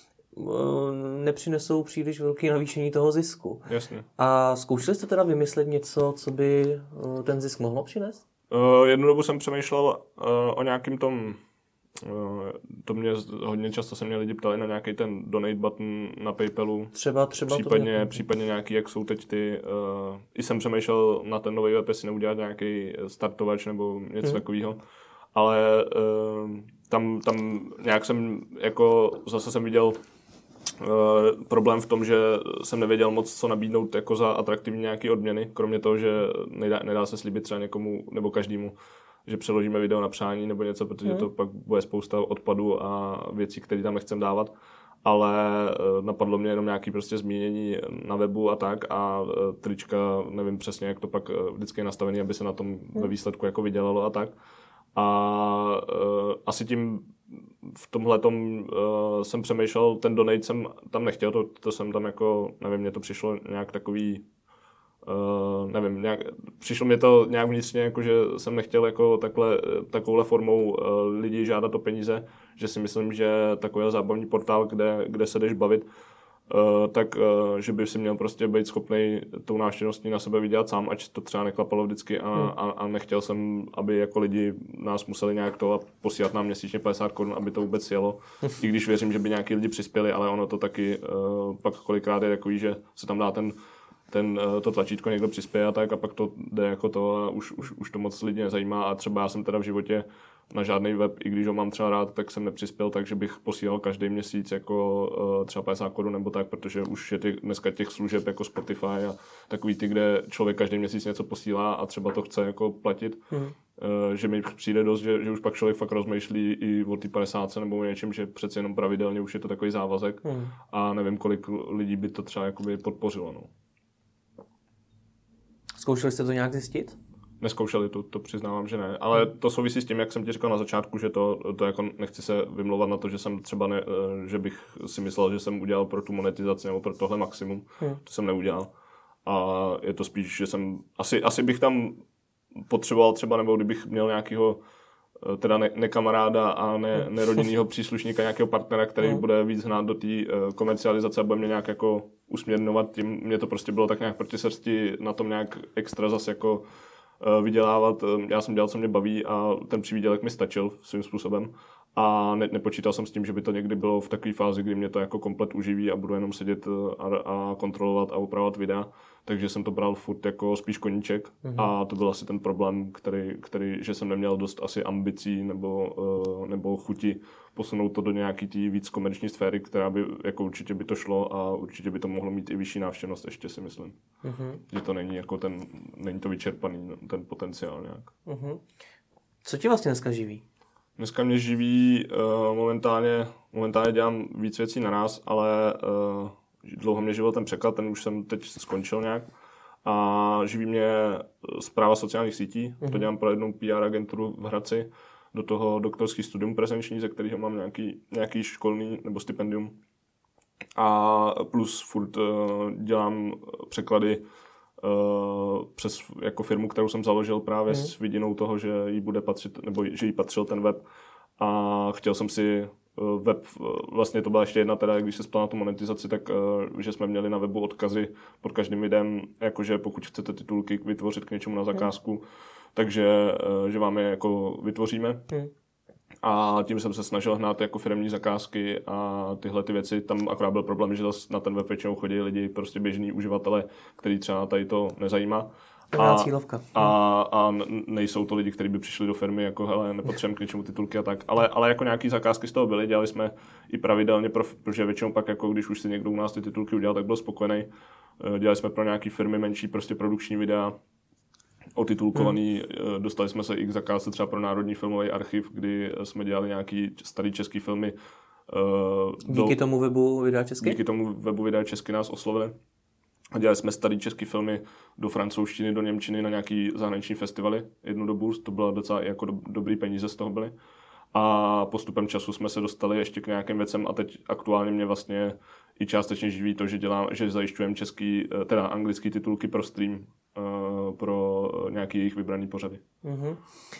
nepřinesou příliš velké navýšení toho zisku. Jasně. A zkoušeli jste teda vymyslet něco, co by ten zisk mohlo přinést? Uh, jednu dobu jsem přemýšlel uh, o nějakým tom, uh, to mě hodně často se mě lidi ptali na nějaký ten donate button na PayPalu. Třeba, třeba případně, to případně nějaký, jak jsou teď ty, uh, i jsem přemýšlel na ten nový web, jestli neudělat nějaký startovač nebo něco hmm. takového. Ale uh, tam, tam nějak jsem, jako zase jsem viděl Uh, problém v tom, že jsem nevěděl moc, co nabídnout jako za atraktivní nějaké odměny, kromě toho, že nedá, nedá se slíbit třeba někomu nebo každému, že přeložíme video na přání nebo něco, protože hmm. to pak bude spousta odpadů a věcí, které tam nechcem dávat. Ale uh, napadlo mě jenom nějaké prostě zmínění na webu a tak a uh, trička, nevím přesně, jak to pak uh, vždycky je nastavené, aby se na tom hmm. ve výsledku jako vydělalo a tak. A uh, asi tím v tomhletom uh, jsem přemýšlel, ten donate jsem tam nechtěl, to, to jsem tam jako, nevím, mně to přišlo nějak takový Uh, nevím, nějak, přišlo mi to nějak vnitřně, jako že jsem nechtěl jako takhle, takovouhle formou uh, lidí žádat o peníze, že si myslím, že takový zábavní portál, kde, kde se jdeš bavit, uh, tak uh, že by si měl prostě být schopný tou návštěvností na sebe vydělat sám, ať to třeba neklapalo vždycky a, hmm. a, a nechtěl jsem, aby jako lidi nás museli nějak to a posílat nám měsíčně padesát korun, aby to vůbec jelo. I když věřím, že by nějaký lidi přispěli, ale ono to taky uh, pak kolikrát je takový, že se tam dá ten ten, to tlačítko někdo přispěje a tak a pak to jde jako to a už, už, už to moc lidi nezajímá a třeba já jsem teda v životě na žádný web, i když ho mám třeba rád, tak jsem nepřispěl, takže bych posílal každý měsíc jako uh, třeba padesát korun nebo tak, protože už je těch, dneska těch služeb jako Spotify a takový ty, kde člověk každý měsíc něco posílá a třeba to chce jako platit, mm. uh, že mi přijde dost, že, že už pak člověk fakt rozmýšlí i o ty padesátce nebo o něčem, že přece jenom pravidelně už je to takový závazek mm. a nevím, kolik lidí by to třeba jakoby podpořilo. No. Zkoušeli jste to nějak zjistit? Neskoušeli, to, to přiznávám, že ne. Ale to souvisí s tím, jak jsem ti říkal na začátku, že to, to jako nechci se vymlouvat na to, že jsem třeba ne, že bych si myslel, že jsem udělal pro tu monetizaci nebo pro tohle maximum. Hmm. To jsem neudělal. A je to spíš, že jsem, asi, asi bych tam potřeboval třeba, nebo kdybych měl nějakého teda ne, ne kamaráda a ne, ne rodinnýho příslušníka, nějakého partnera, který hmm. bude víc hnát do té uh, komercializace a bude mě nějak jako usměrňovat. Tím mě to prostě bylo tak nějak proti srsti na tom nějak extra zase jako uh, vydělávat. Já jsem dělal, co mě baví a ten přivýdělek mi stačil svým způsobem. A ne, nepočítal jsem s tím, že by to někdy bylo v takové fázi, kdy mě to jako komplet uživí a budu jenom sedět a, a kontrolovat a upravovat videa. Takže jsem to bral furt jako spíš koníček mm-hmm. a to byl asi ten problém, který, který, že jsem neměl dost asi ambicí nebo, uh, nebo chuti posunout to do nějaký tý víc komerční sféry, která by jako určitě by to šlo a určitě by to mohlo mít i vyšší návštěvnost, ještě si myslím. Mm-hmm. Že to není jako ten, není to vyčerpaný, ten potenciál nějak. Mm-hmm. Co tě vlastně dneska živí? Dneska mě živí uh, momentálně, momentálně dělám víc věcí naraz, ale uh, dlouho mě živil ten překlad, ten už jsem teď skončil nějak. A živí mě správa sociálních sítí, mm-hmm. to dělám pro jednu P R agenturu v Hradci, do toho doktorský studium prezenční, ze kterého mám nějaký, nějaký školní nebo stipendium. A plus furt uh, dělám překlady uh, přes jako firmu, kterou jsem založil právě mm-hmm. s vidinou toho, že jí bude patřit, nebo že jí patřil ten web. A chtěl jsem si web, vlastně to byla ještě jedna teda, když se spala na tu monetizaci, tak že jsme měli na webu odkazy pod každým videem, jakože pokud chcete titulky vytvořit k něčemu na zakázku, hmm. takže že vám je jako vytvoříme. Hmm. A tím jsem se snažil hnát jako firemní zakázky a tyhle ty věci. Tam akorát byl problém, že na ten web většinou chodí lidi, prostě běžní uživatelé, který třeba tady to nezajímá. A, a, a nejsou to lidi, kteří by přišli do firmy, jako hele, nepotřebujeme k něčemu titulky a tak. Ale, ale jako nějaký zakázky z toho byly, dělali jsme i pravidelně, pro, protože většinou pak, jako když už si někdo u nás ty titulky udělal, tak byl spokojený. Dělali jsme pro nějaký firmy menší, prostě produkční videa, otitulkovaný. Hmm. Dostali jsme se i k zakázce třeba pro Národní filmový archiv, kdy jsme dělali nějaký starý český filmy. Díky do, tomu webu Videa česky? Díky tomu webu Videa česky nás oslovili. A dělali jsme starý český filmy do francouzštiny, do němčiny na nějaký zahraniční festivaly jednu dobu. To bylo docela jako do, dobrý peníze z toho byly. A postupem času jsme se dostali ještě k nějakým věcem a teď aktuálně mě vlastně i částečně živí to, že dělám, že zajišťujeme český, teda anglický titulky pro stream, pro nějaký jejich vybraný pořady. Mm-hmm.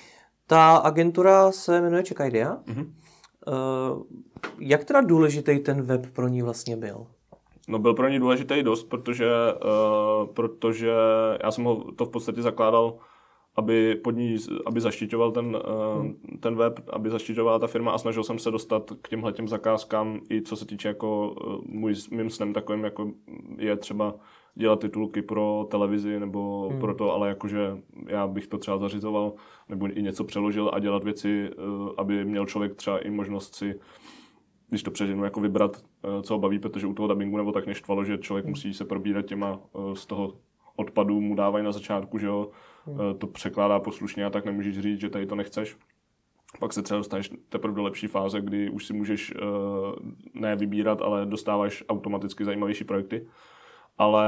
Ta agentura se jmenuje Czech Idea. Mm-hmm. Uh, jak teda důležitý ten web pro ní vlastně byl? No byl pro ní důležitý dost, protože, uh, protože já jsem ho to v podstatě zakládal, aby pod ní, aby zaštiťoval ten, uh, hmm. ten web, aby zaštiťovala ta firma a snažil jsem se dostat k těmhletěm zakázkám i co se týče jako uh, můj, mým snem takovým, jako je třeba dělat titulky pro televizi nebo hmm. pro to, ale jakože já bych to třeba zařizoval nebo i něco přeložil a dělat věci, uh, aby měl člověk třeba i možnost si, když to přeženu, jako vybrat, co ho baví, protože u toho dabingu nebo tak neštvalo, že člověk musí se probírat těma z toho odpadu, mu dávají na začátku, že jo, to překládá poslušně a tak nemůžeš říct, že tady to nechceš. Pak se třeba dostaneš teprve do lepší fáze, kdy už si můžeš ne vybírat, ale dostáváš automaticky zajímavější projekty. Ale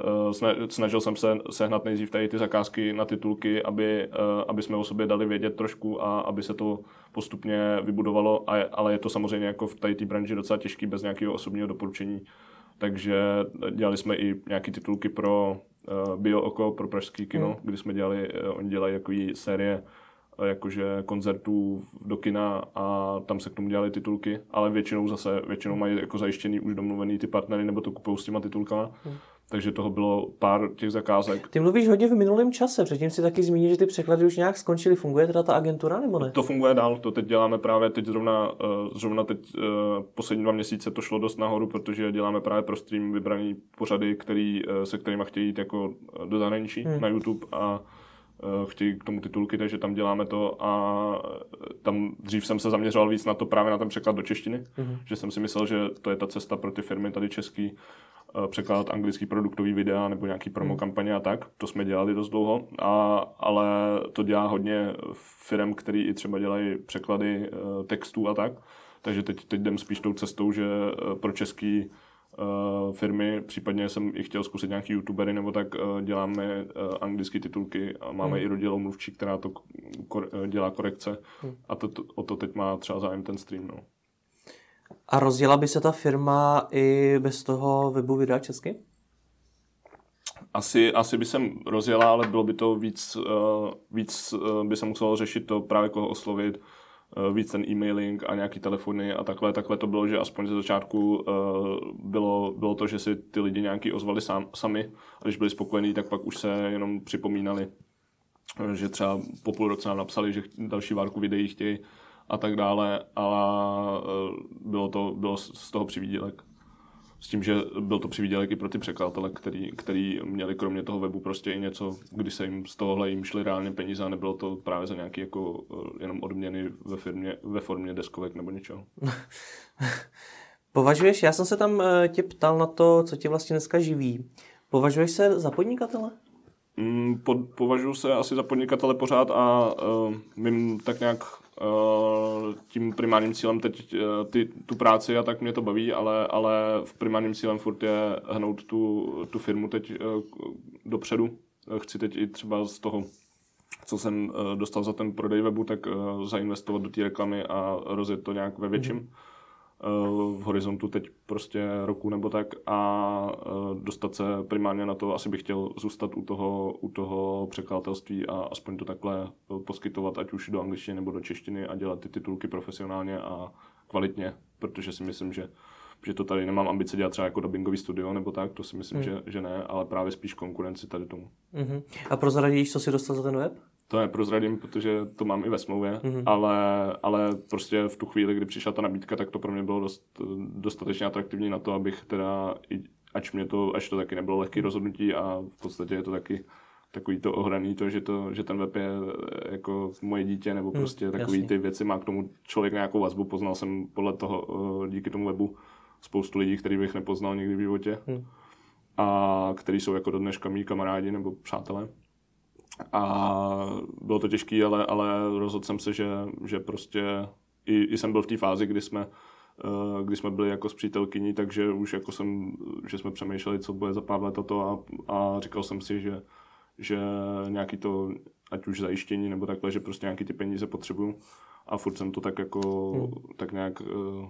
snažil jsem se sehnat nejdřív tady ty zakázky na titulky, aby, aby jsme o sobě dali vědět trošku a aby se to postupně vybudovalo, a, ale je to samozřejmě jako v tady té branži docela těžký bez nějakého osobního doporučení. Takže dělali jsme i nějaké titulky pro uh, Bio oko pro pražský kino, Mm. kdy jsme dělali, uh, oni dělají takový série uh, jakože koncertů do kina a tam se k tomu dělali titulky, ale většinou zase, většinou mají jako zajištěný už domluvený ty partnery nebo to kupují s těma titulkama. Mm. Takže toho bylo pár těch zakázek. Ty mluvíš hodně v minulém čase, předtím si taky zmínil, že ty překlady už nějak skončily. Funguje teda ta agentura nebo ne? To funguje dál, to teď děláme právě teď zrovna, zrovna teď poslední dva měsíce to šlo dost nahoru, protože děláme právě pro stream vybraný pořady, který, se kterými chtějí jít jako do zahraničí hmm. na YouTube a chtějí k tomu titulky, takže tam děláme to a tam dřív jsem se zaměřoval víc na to právě na ten překlad do češtiny, hmm. že jsem si myslel, že to je ta cesta pro ty firmy tady český, překládat anglický produktový videa nebo nějaký promo kampaně a tak. To jsme dělali dost dlouho, a, ale to dělá hodně firm, který i třeba dělají překlady textů a tak. Takže teď, teď jdem spíš tou cestou, že pro český uh, firmy, případně jsem i chtěl zkusit nějaký youtubery nebo tak, uh, děláme uh, anglické titulky a máme hmm. i rodilou mluvčí, která to kor, dělá korekce hmm. a to, to, o to teď má třeba zájem ten stream. No. A rozjela by se ta firma i bez toho webu Videa česky? Asi, asi by se rozjela, ale bylo by to víc, uh, víc uh, by se muselo řešit to právě koho oslovit, uh, víc ten e-mailing a nějaký telefony a takhle. Takhle to bylo, že aspoň ze začátku uh, bylo, bylo to, že si ty lidi nějaký ozvali sám, sami a když byli spokojení, tak pak už se jenom připomínali, že třeba po půl roce nám napsali, že další várku videí chtějí a tak dále, ale bylo to bylo z toho přivídělek. S tím, že byl to přivídělek i pro ty překladatele, který, který měli kromě toho webu prostě i něco, kdy se jim z tohohle jim šly reálně peníze a nebylo to právě za nějaké jako jenom odměny ve, firmě, ve formě deskovek nebo něčeho. Považuješ, já jsem se tam tě ptal na to, co tě vlastně dneska živí. Považuješ se za podnikatele? Mm, po, považuji se asi za podnikatele pořád a uh, mým tak nějak Uh, tím primárním cílem teď uh, ty, tu práci a tak mě to baví, ale, ale v primárním cílem furt je hnout tu, tu firmu teď uh, dopředu. Chci teď i třeba z toho, co jsem uh, dostal za ten prodej webu, tak uh, zainvestovat do té reklamy a rozjet to nějak ve větším. Mm-hmm. v horizontu teď prostě roku nebo tak a dostat se primárně na to, asi bych chtěl zůstat u toho, u toho překladatelství a aspoň to takhle poskytovat, ať už do angličtiny nebo do češtiny a dělat ty titulky profesionálně a kvalitně, protože si myslím, že, že to tady nemám ambice dělat třeba jako dubbingový studio nebo tak, to si myslím, mm. že, že ne, ale právě spíš konkurenci tady tomu. Mm-hmm. A prozradíš, co si dostal za ten web? To neprozradím, protože to mám i ve smlouvě, mm-hmm. ale, ale prostě v tu chvíli, kdy přišla ta nabídka, tak to pro mě bylo dost, dostatečně atraktivní na to, abych teda, ač mě to, až to taky nebylo lehké rozhodnutí a v podstatě je to taky takový to ohraný, to, že, to, že ten web je jako moje dítě, nebo prostě mm, takový jasný. Ty věci má k tomu člověk nějakou vazbu, poznal jsem podle toho, díky tomu webu spoustu lidí, který bych nepoznal nikdy v životě mm. a který jsou jako do dneška mý kamarádi nebo přátelé. A bylo to těžký, ale, ale rozhodl jsem se, že, že prostě i, i jsem byl v té fázi, kdy jsme, kdy jsme byli jako s přítelkyní, takže už jako jsem, že jsme přemýšleli, co bude za pár let to a, a říkal jsem si, že, že nějaký to, ať už zajištění nebo takhle, že prostě nějaký ty peníze potřebuju a furt jsem to tak jako, hmm. tak nějak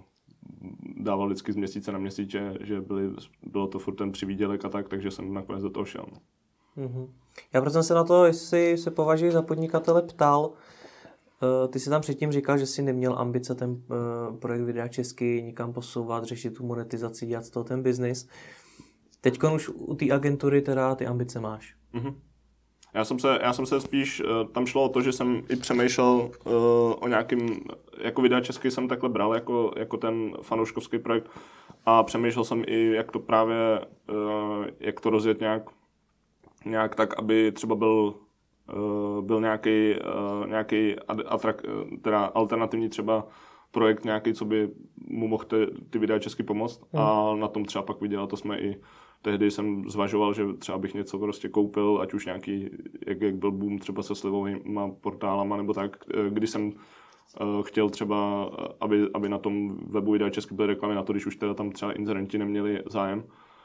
dával vždycky z měsíce na měsíc, že, že byly, bylo to furt ten přivídělek a tak, takže jsem nakonec do toho šel. Mm-hmm. Já proto jsem se na to, jestli se považuji za podnikatele, ptal. Ty jsi tam předtím říkal, že jsi neměl ambice ten projekt Videa česky nikam posouvat, řešit tu monetizaci, dělat z toho ten biznis. Teď už u té agentury teda ty ambice máš. Mm-hmm. Já jsem se, já jsem se spíš, tam šlo o to, že jsem i přemýšlel uh, o nějakým, jako Videa česky jsem takhle bral jako, jako ten fanouškovský projekt a přemýšlel jsem i, jak to právě, uh, jak to rozjet nějak nějak tak, aby třeba byl, uh, byl nějaký, uh, nějaký atrak, teda alternativní třeba projekt nějaký, co by mu mohl ty, ty videa česky pomoct hmm. a na tom třeba pak vydělat. To jsme i tehdy jsem zvažoval, že třeba bych něco prostě koupil, ať už nějaký, jak, jak byl boom třeba se slivovými portálama nebo tak, kdy jsem uh, chtěl třeba, aby, aby na tom webu Videa česky byly reklamy na to, když už teda tam třeba inzerenti neměli zájem.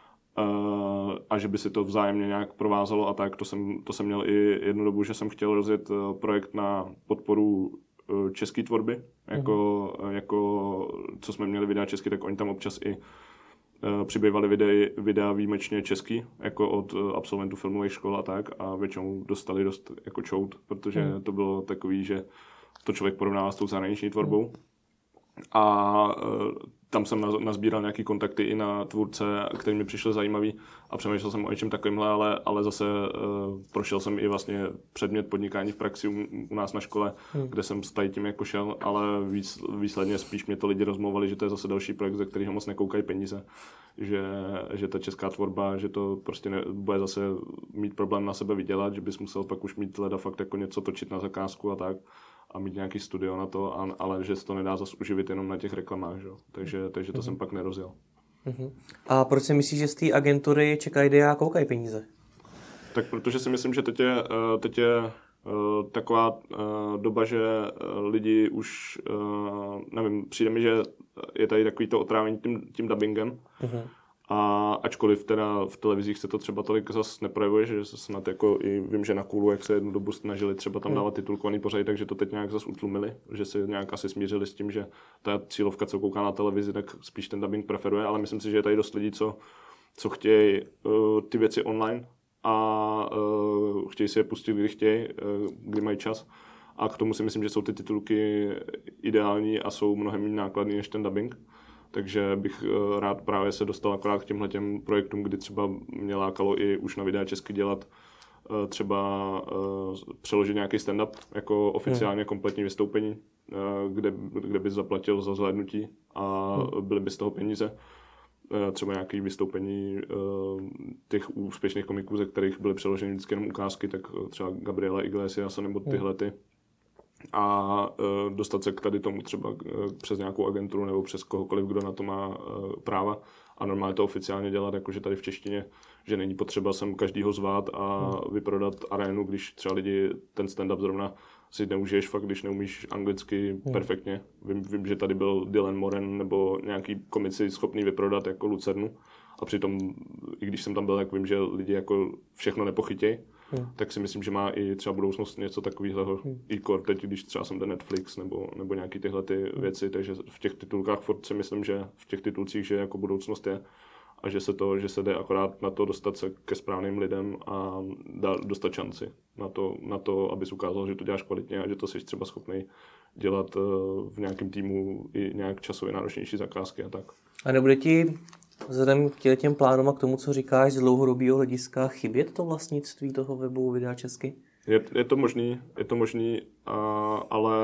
Uh, a že by si to vzájemně nějak provázalo a tak, to jsem, to jsem měl i jednu dobu, že jsem chtěl rozjet uh, projekt na podporu uh, české tvorby, jako, uh-huh. jako co jsme měli Videa česky, tak oni tam občas i přibývaly videa, videa výjimečně český, jako od absolventů filmových škol a tak, a většinou dostali dost jako čout, protože hmm. to bylo takový, že to člověk porovnává s tou zahraniční tvorbou. Hmm. A uh, tam jsem nazbíral nějaký kontakty i na tvůrce, který mi přišel zajímavý a přemýšlel jsem o něčem takovýmhle, ale, ale zase uh, prošel jsem i vlastně předmět podnikání v praxi u, u nás na škole, hmm. kde jsem s tady tím jako šel, ale víc, výsledně spíš mě to lidi rozmlouvali, že to je zase další projekt, ze kterého moc nekoukají peníze, že, že ta česká tvorba, že to prostě ne, bude zase mít problém na sebe vydělat, že bys musel pak už mít leda fakt jako něco točit na zakázku a tak. A mít nějaký studio na to, a, ale že se to nedá zase uživit jenom na těch reklamách, že? Takže, takže to mm-hmm. jsem pak nerozjel. Mm-hmm. A proč si myslíš, že z té agentury čekají idea a koukají peníze? Tak protože si myslím, že teď je, teď je taková doba, že lidi už, nevím, přijde mi, že je tady takový to otrávení tím, tím dubbingem. Mm-hmm. A ačkoliv teda v televizích se to třeba tolik zase neprojevuje, že se snad jako i vím, že na Kůlu, jak se jednu dobu snažili třeba tam dávat titulkovaný pořady, takže to teď nějak zase utlumili, že se nějak asi smířili s tím, že ta cílovka, co kouká na televizi, tak spíš ten dubbing preferuje, ale myslím si, že je tady dost lidí, co, co chtějí uh, ty věci online a uh, chtějí si je pustit, kdy chtějí, uh, kdy mají čas. A k tomu si myslím, že jsou ty titulky ideální a jsou mnohem méně nákladný než ten dubbing. Takže bych rád právě se dostal akorát k těmhle těm projektům, kdy třeba mě lákalo i už na videa česky dělat třeba přeložit nějaký stand-up jako oficiálně kompletní vystoupení, kde, kde bys zaplatil za zhlédnutí a byly by z toho peníze. Třeba nějaké vystoupení těch úspěšných komiků, ze kterých byly přeloženy vždycky jenom ukázky, tak třeba Gabriela Iglesias nebo tyhle ty. A uh, dostat se k tady tomu třeba uh, přes nějakou agenturu nebo přes kohokoliv, kdo na to má uh, práva a normálně to oficiálně dělat, jakože tady v češtině, že není potřeba sem každýho zvát a hmm. vyprodat arénu, když třeba lidi ten stand-up zrovna si neužiješ fakt, když neumíš anglicky hmm. perfektně. Vím, vím, že tady byl Dylan Moran nebo nějaký komici schopný vyprodat jako Lucernu a přitom, i když jsem tam byl, tak vím, že lidi jako všechno nepochytějí. Hmm. Tak si myslím, že má i třeba budoucnost něco takového hmm. i kor teď, když třeba jsem ten Netflix nebo, nebo nějaký tyhle ty hmm. věci, takže v těch titulkách furt si myslím, že v těch titulcích, že jako budoucnost je a že se to, že se jde akorát na to dostat se ke správným lidem a dá, dostat šanci na to, na to, abys ukázal, že to děláš kvalitně a že to jsi třeba schopný dělat v nějakém týmu i nějak časově náročnější zakázky a tak. A nebude ti vzhledem k těm plánům a k tomu, co říkáš z dlouhodobého hlediska, chybět to vlastnictví toho webu Videa česky? Je, je to možný, je to možný, a, ale,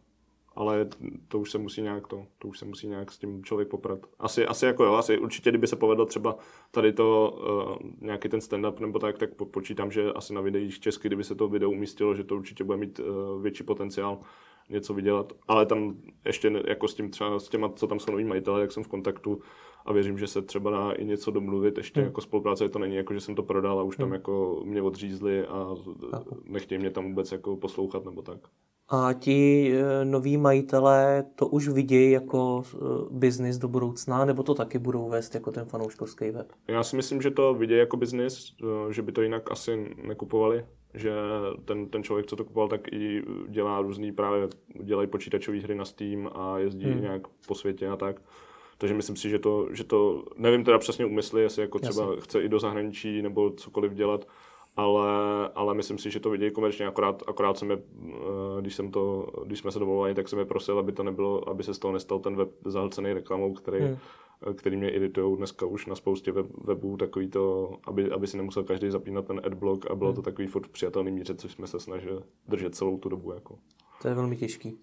ale to už se musí nějak to, to už se musí nějak s tím člověk poprat. Asi, asi jako jo, asi určitě, kdyby se povedlo třeba tady to uh, nějaký ten stand-up nebo tak, tak po, počítám, že asi na videích česky, kdyby se to video umístilo, že to určitě bude mít uh, větší potenciál něco vydělat, ale tam ještě jako s tím třeba s těma, co tam jsou noví majitelé, jak jsem v kontaktu a věřím, že se třeba dá i něco domluvit, ještě hmm. jako spolupráce to není, jako že jsem to prodal a už tam hmm. jako mě odřízli a nechtějí mě tam vůbec jako poslouchat nebo tak. A ti e, noví majitelé to už vidějí jako e, biznis do budoucna, nebo to taky budou vést jako ten fanouškovský web? Já si myslím, že to vidějí jako biznis, e, že by to jinak asi nekupovali, že ten, ten člověk, co to kupoval, tak i dělá různý právě, dělají počítačové hry na Steam a jezdí hmm. nějak po světě a tak. Takže myslím si, že to, že to nevím teda přesně úmysly, jestli jako třeba Jasně. chce i do zahraničí nebo cokoliv dělat, ale, ale myslím si, že to vidějí komerčně, akorát, akorát jsem je, když, jsem to, když jsme se domluvali, tak jsem je prosil, aby to nebylo, aby se z toho nestal ten web zahlcený reklamou, který, hmm. který mě iritují dneska už na spoustě web, webů, takový to, aby, aby si nemusel každý zapínat ten adblock a bylo hmm. to takový furt v přijatelný míře, což jsme se snažili držet celou tu dobu. Jako. To je velmi těžký.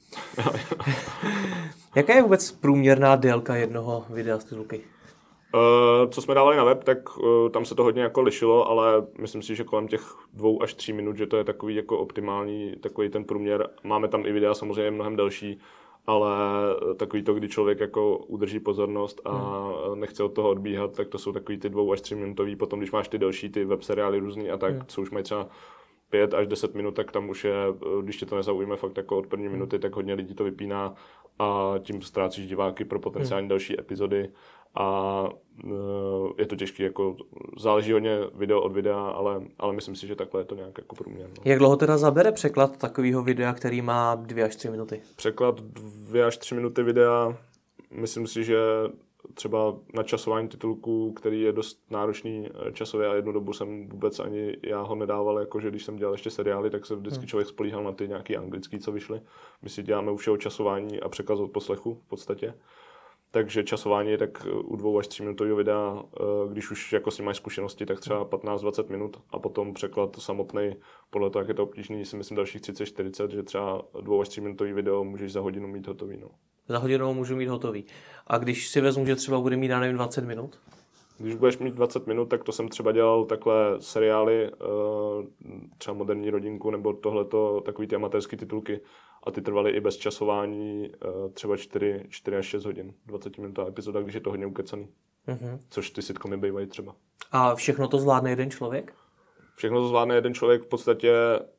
Jaká je vůbec průměrná délka jednoho videa z titulky? Uh, co jsme dávali na web, tak uh, tam se to hodně jako lišilo, ale myslím si, že kolem těch dvou až tří minut, že to je takový jako optimální, takový ten průměr. Máme tam i videa samozřejmě mnohem delší, ale takový to, kdy člověk jako udrží pozornost a hmm. nechce od toho odbíhat, tak to jsou takový ty dvou až tři minutový. Potom, když máš ty delší, ty web seriály různý a tak, hmm. co už mají třeba pět až deset minut, tak tam už je, když tě to nezaujme fakt jako od první minuty, tak hodně lidí to vypíná a tím ztrácíš diváky pro potenciální hmm. další epizody a je to těžké, jako záleží hodně video od videa, ale, ale myslím si, že takhle je to nějak jako průměr. No. Jak dlouho teda zabere překlad takového videa, který má dvě až tři minuty? Překlad dvě až tři minuty videa, myslím si, že třeba načasování titulku, který je dost náročný časově a jednu dobu jsem vůbec ani já ho nedával, jakože když jsem dělal ještě seriály, tak se vždycky člověk spolíhal na ty nějaký anglický, co vyšly. My si děláme u všeho časování a překaz od poslechu v podstatě. Takže časování je tak u dvou až tří minutového videa, když už jako s ním máš zkušenosti, tak třeba patnáct dvacet minut a potom překlad samotný, podle toho, jak je to obtížný, si myslím dalších třicet čtyřicet, že třeba dvou až tří minutový video můžeš za hodinu mít hotový. No. Za hodinu můžu mít hotový. A když si vezmu, že třeba bude mít, já nevím, dvacet minut? Když budeš mít dvacet minut, tak to jsem třeba dělal takhle seriály, třeba Moderní rodinku nebo tohleto, takový ty amatérský titulky a ty trvaly i bez časování třeba čtyři až šest hodin, dvacetiminutová epizoda, když je to hodně ukecaný. Mm-hmm. Což ty sitcomy bývají třeba. A všechno to zvládne jeden člověk? Všechno to zvládne jeden člověk, v podstatě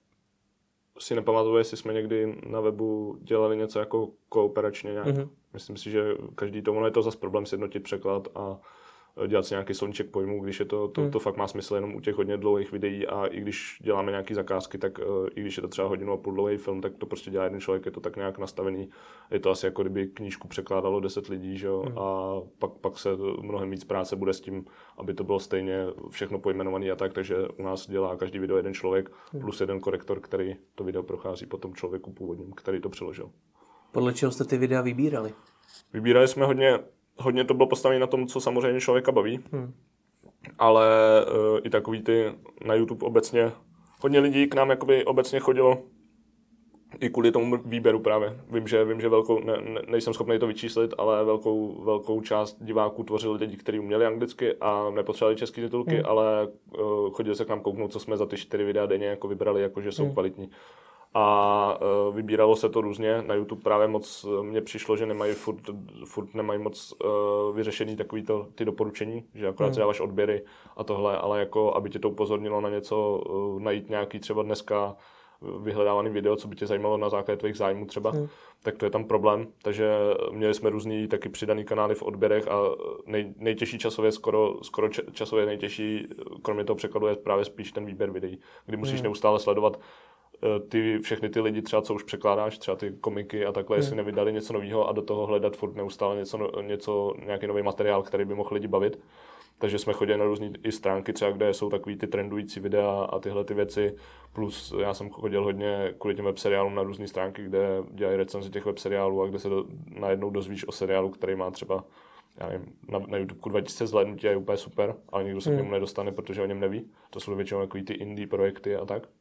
si nepamatuju, jestli jsme někdy na webu dělali něco jako kooperačně nějak. Mm-hmm. Myslím si, že každý to, ono je to zase problém sjednotit překlad a dělat si nějaký sloníček pojmů, když je to, to, hmm. to fakt má smysl jenom u těch hodně dlouhých videí a i když děláme nějaký zakázky, tak uh, i když je to třeba hodinu a půl dlouhý film, tak to prostě dělá jeden člověk, je to tak nějak nastavený. Je to asi jako kdyby knížku překládalo deset lidí, že jo, hmm. a pak, pak se mnohem víc práce bude s tím, aby to bylo stejně všechno pojmenované a tak, takže u nás dělá každý video jeden člověk hmm. plus jeden korektor, který to video prochází po tom člověku původním, který to přeložil. Podle čeho jste ty videa vybírali? Vybírali jsme hodně Hodně to bylo postavené na tom, co samozřejmě člověka baví, hmm. ale uh, i takový ty na YouTube obecně, hodně lidí k nám jakoby obecně chodilo i kvůli tomu výběru právě. Vím, že, vím, že velkou, ne, ne, nejsem schopný to vyčíslit, ale velkou, velkou část diváků tvořili lidi, kteří uměli anglicky a nepotřebovali české titulky, hmm. ale uh, chodili se k nám kouknout, co jsme za ty čtyři videa denně jako vybrali, jako že jsou hmm. kvalitní. A uh, vybíralo se to různě. Na YouTube právě moc mně přišlo, že nemají furt, furt nemají moc uh, vyřešený takový to, ty doporučení, že akorát hmm. si dáváš odběry a tohle, ale jako aby tě to upozornilo na něco, uh, najít nějaký třeba dneska vyhledávaný video, co by tě zajímalo na základě tvých zájmů třeba, hmm. tak to je tam problém. Takže měli jsme různý taky přidaný kanály v odběrech a nej, nejtěžší časově, skoro, skoro časově nejtěžší, kromě toho překladu je právě spíš ten výběr videí, kdy musíš hmm. neustále sledovat ty, všechny ty lidi třeba, co už překládáš, třeba ty komiky a takhle, hmm. jestli nevydali něco nového a do toho hledat furt neustále něco, něco, nějaký nový materiál, který by mohl lidi bavit. Takže jsme chodili na různé i stránky třeba, kde jsou takový ty trendující videa a tyhle ty věci. Plus já jsem chodil hodně kvůli těm webseriálům na různé stránky, kde dělají recenze těch webseriálů a kde se do, najednou dozvíš o seriálu, který má třeba já nevím, na, na YouTube dva tisíce zhlédnutí a je úplně super, ale nikdo se hmm. k němu nedostane, protože o něm neví. To jsou většinou takový ty indie projekty a tak.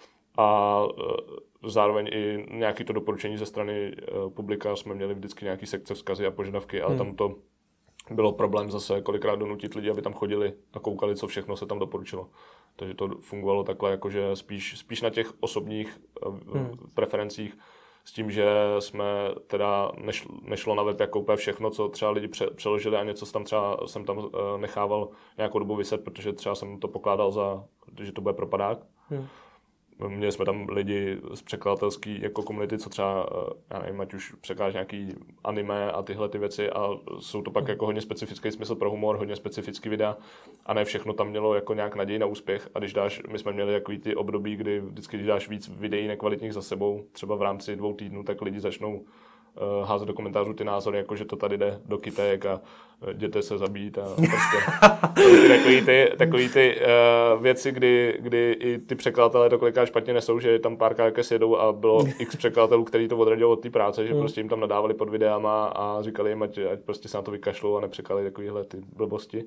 A e, zároveň i nějaké to doporučení ze strany e, publika jsme měli vždycky nějaký sekce, vzkazy a požadavky, ale hmm. tam to bylo problém zase kolikrát donutit lidi, aby tam chodili a koukali, co všechno se tam doporučilo. Takže to fungovalo takhle, jakože spíš, spíš na těch osobních e, hmm. preferencích s tím, že jsme teda nešlo, nešlo na web jako úplně všechno, co třeba lidi pře, přeložili a něco tam třeba jsem tam e, nechával nějakou dobu vyset, protože třeba jsem to pokládal za, že to bude propadák. Hmm. Měli jsme tam lidi z překladatelské jako komunity, co třeba, já nevím, ať už překládáš nějaký anime a tyhle ty věci a jsou to pak jako hodně specifický smysl pro humor, hodně specifický videa a ne všechno tam mělo jako nějak naději na úspěch a když dáš, my jsme měli takový ty období, kdy vždycky, když dáš víc videí nekvalitních za sebou, třeba v rámci dvou týdnů, tak lidi začnou uh, házet do komentářů ty názory, jako že to tady jde do kytek a jděte se zabít a prostě takový ty, takový ty uh, věci, kdy, kdy i ty překladatelé to kolikrát špatně nesou, že tam párkrát jaké sjedou a bylo x překladatelů, který to odradilo od té práce, že hmm. prostě jim tam nadávali pod videama a říkali jim, ať, ať prostě se na to vykašlou a nepřekladají takovýhle ty blbosti.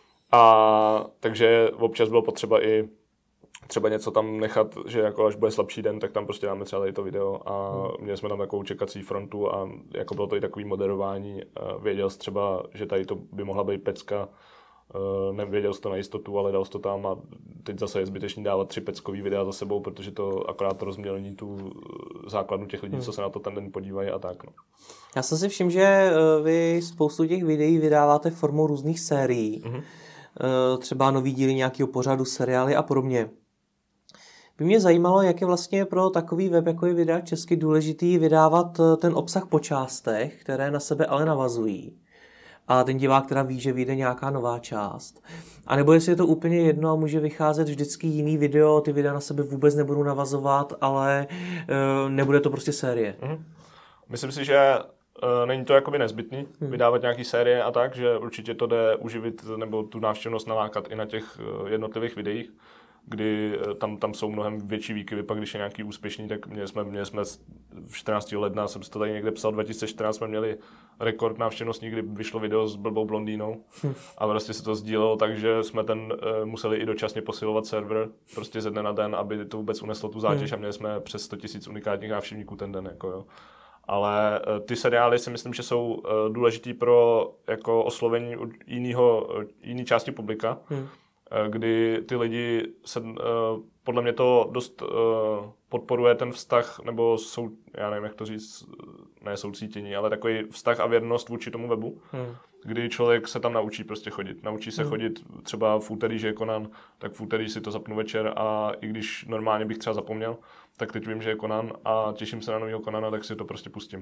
A takže občas bylo potřeba i třeba něco tam nechat, že jako až bude slabší den, tak tam prostě dáme třeba tady to video a měli jsme tam takovou čekací frontu a jako bylo to i takový moderování. Věděl jsi třeba, že tady to by mohla být pecka, nevěděl jsi to na jistotu, ale dal jsi to tam a teď zase je zbytečný dávat tři peckový videa za sebou, protože to akorát rozmělní tu základnu těch lidí, hmm. co se na to ten den podívají a tak. No. Já jsem si všiml, že vy spoustu těch videí vydáváte formou různých sérií. Hmm. Třeba nový díly nějakého pořadu, seriály a podobně. By mě zajímalo, jak je vlastně pro takový web, jako je Videa česky, důležitý vydávat ten obsah po částech, které na sebe ale navazují. A ten divák teda ví, že vyjde nějaká nová část. A nebo jestli je to úplně jedno a může vycházet vždycky jiný video, ty videa na sebe vůbec nebudou navazovat, ale e, nebude to prostě série. Mm. Myslím si, že není to jakoby nezbytný hmm. vydávat nějaký série a tak, že určitě to jde uživit nebo tu návštěvnost nalákat i na těch jednotlivých videích, kdy tam, tam jsou mnohem větší výkyvy, pak když je nějaký úspěšný, tak měli jsme, měli jsme v čtrnáctého ledna, jsem si to tady někde psal, dva tisíce čtrnáct jsme měli rekord návštěvnosti, kdy vyšlo video s blbou blondýnou a prostě se to sdílelo, takže jsme ten uh, museli i dočasně posilovat server prostě ze dne na den, aby to vůbec uneslo tu zátěž a měli jsme přes sto tisíc unikátních návštěvníků ten den, jako jo. Ale uh, ty seriály si myslím, že jsou uh, důležitý pro jako oslovení jiného, uh, jiný části publika, hmm. kdy ty lidi se, podle mě to dost podporuje ten vztah, nebo jsou, já nevím, jak to říct, ne soucítění, ale takový vztah a věrnost vůči tomu webu, hmm. kdy člověk se tam naučí prostě chodit. Naučí se hmm. chodit třeba v úterý, že je Conan, tak v úterý si to zapnu večer a i když normálně bych třeba zapomněl, tak teď vím, že je Conan a těším se na novýho Conana, tak si to prostě pustím.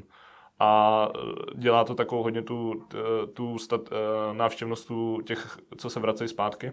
A dělá to takovou hodně tu, tu stat, návštěvnost těch, co se vracejí zpátky.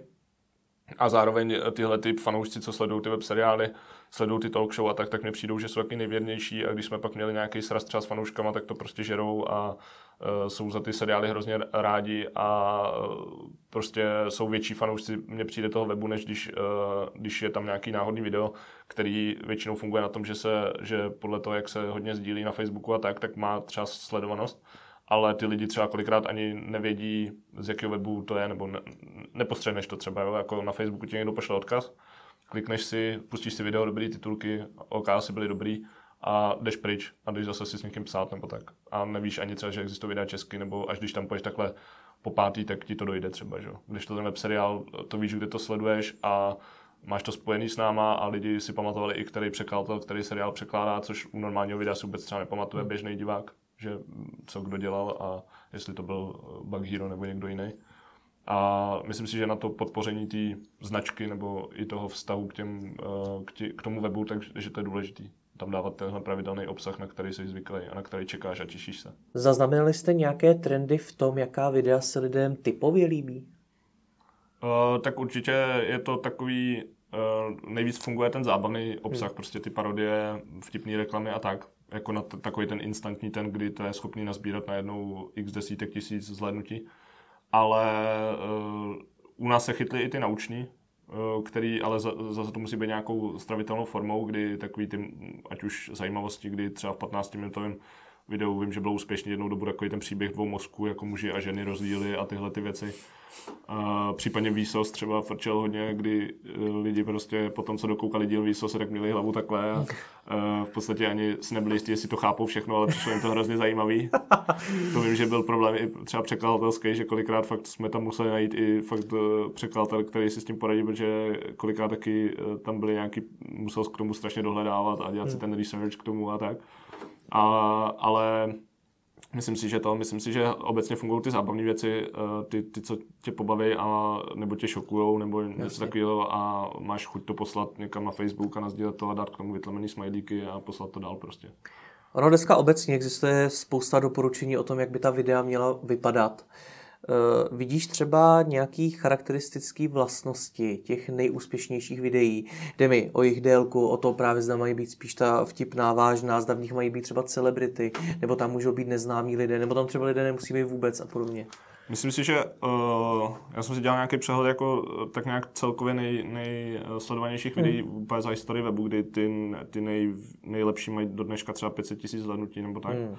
A zároveň tyhle ty fanoušci, co sledují ty web seriály, sledují ty talk show a tak, tak mně přijdou, že jsou taky nejvěrnější a když jsme pak měli nějaký sraz třeba s fanouškama, tak to prostě žerou a uh, jsou za ty seriály hrozně rádi a uh, prostě jsou větší fanoušci, mně přijde toho webu, než když, uh, když je tam nějaký náhodný video, který většinou funguje na tom, že, se, že podle toho, jak se hodně sdílí na Facebooku a tak, tak má třeba sledovanost. Ale ty lidi třeba kolikrát ani nevědí, z jakého webu to je, nebo ne, nepostřehneš to třeba, jo? Jako na Facebooku ti někdo pošle odkaz, klikneš si, pustíš si video, dobrý titulky, OK, asi byly dobrý a jdeš pryč a jdeš zase si s někým psát nebo tak. A nevíš ani třeba, že existuje videa česky, nebo až když tam půjdeš takhle po pátý, tak ti to dojde třeba, že? Když to ten web seriál, to víš, kde to sleduješ a máš to spojený s náma a lidi si pamatovali i který překladatel, který seriál překládá, což u normálního videa si vůbec třeba nepamatuje běžný divák, že co kdo dělal a jestli to byl Bug Hero nebo někdo jiný. A myslím si, že na to podpoření té značky nebo i toho vztahu k, těm, k, tě, k tomu webu, takže to je důležitý. Tam dávat tenhle pravidelný obsah, na který jsi zvyklý a na který čekáš a těšíš se. Zaznamenali jste nějaké trendy v tom, jaká videa se lidem typově líbí? Uh, tak určitě je to takový, uh, nejvíc funguje ten zábavný obsah, hmm. prostě ty parodie, vtipné reklamy a tak. Jako na t- takový ten instantní ten, kdy to je schopný nazbírat najednou x desítek tisíc zhlédnutí. Ale uh, u nás se chytly i ty nauční, uh, který ale za, zase to musí být nějakou stravitelnou formou, kdy takový ty, ať už zajímavosti, kdy třeba v patnáctiminutovém videu vím, že bylo úspěšný jednou dobu takový ten příběh dvou mozků, jako muži a ženy rozdíly a tyhle ty věci. Uh, případně Vsauce třeba frčel hodně, kdy uh, lidi prostě po tom, co dokoukali díl Vsauce, tak měli hlavu takhle a uh, v podstatě ani si nebyli jistí, jestli to chápou všechno, ale přišlo jim to hrozně zajímavý. To vím, že byl problém i třeba překladatelský, že kolikrát fakt jsme tam museli najít i fakt uh, překladatel, který si s tím poradí, protože kolikrát taky uh, tam byly nějaký, musel k tomu strašně dohledávat a dělat si ten research k tomu a tak. A, ale myslím si, že to, myslím si, že obecně fungují ty zábavné věci, ty, ty, co tě pobaví a nebo tě šokujou, nebo něco takového a máš chuť to poslat někam na Facebook a nasdílet to a dát k tomu vytlemený smajlíky a poslat to dál prostě. Ono dneska obecně existuje spousta doporučení o tom, jak by ta videa měla vypadat. Uh, vidíš třeba nějaký charakteristické vlastnosti těch nejúspěšnějších videí? Jde mi o jejich délku, o to právě zda mají být spíš ta vtipná, vážná, zda v nich mají být třeba celebrity, nebo tam můžou být neznámí lidé, nebo tam třeba lidé nemusí být vůbec a podobně. Myslím si, že uh, já jsem si dělal nějaký přehled jako tak nějak celkově nej, nejsledovanějších videí hmm. úplně za historii webu, kdy ty, ty nej, nejlepší mají do dneška třeba pět set tisíc zhlédnutí nebo tak. Hmm.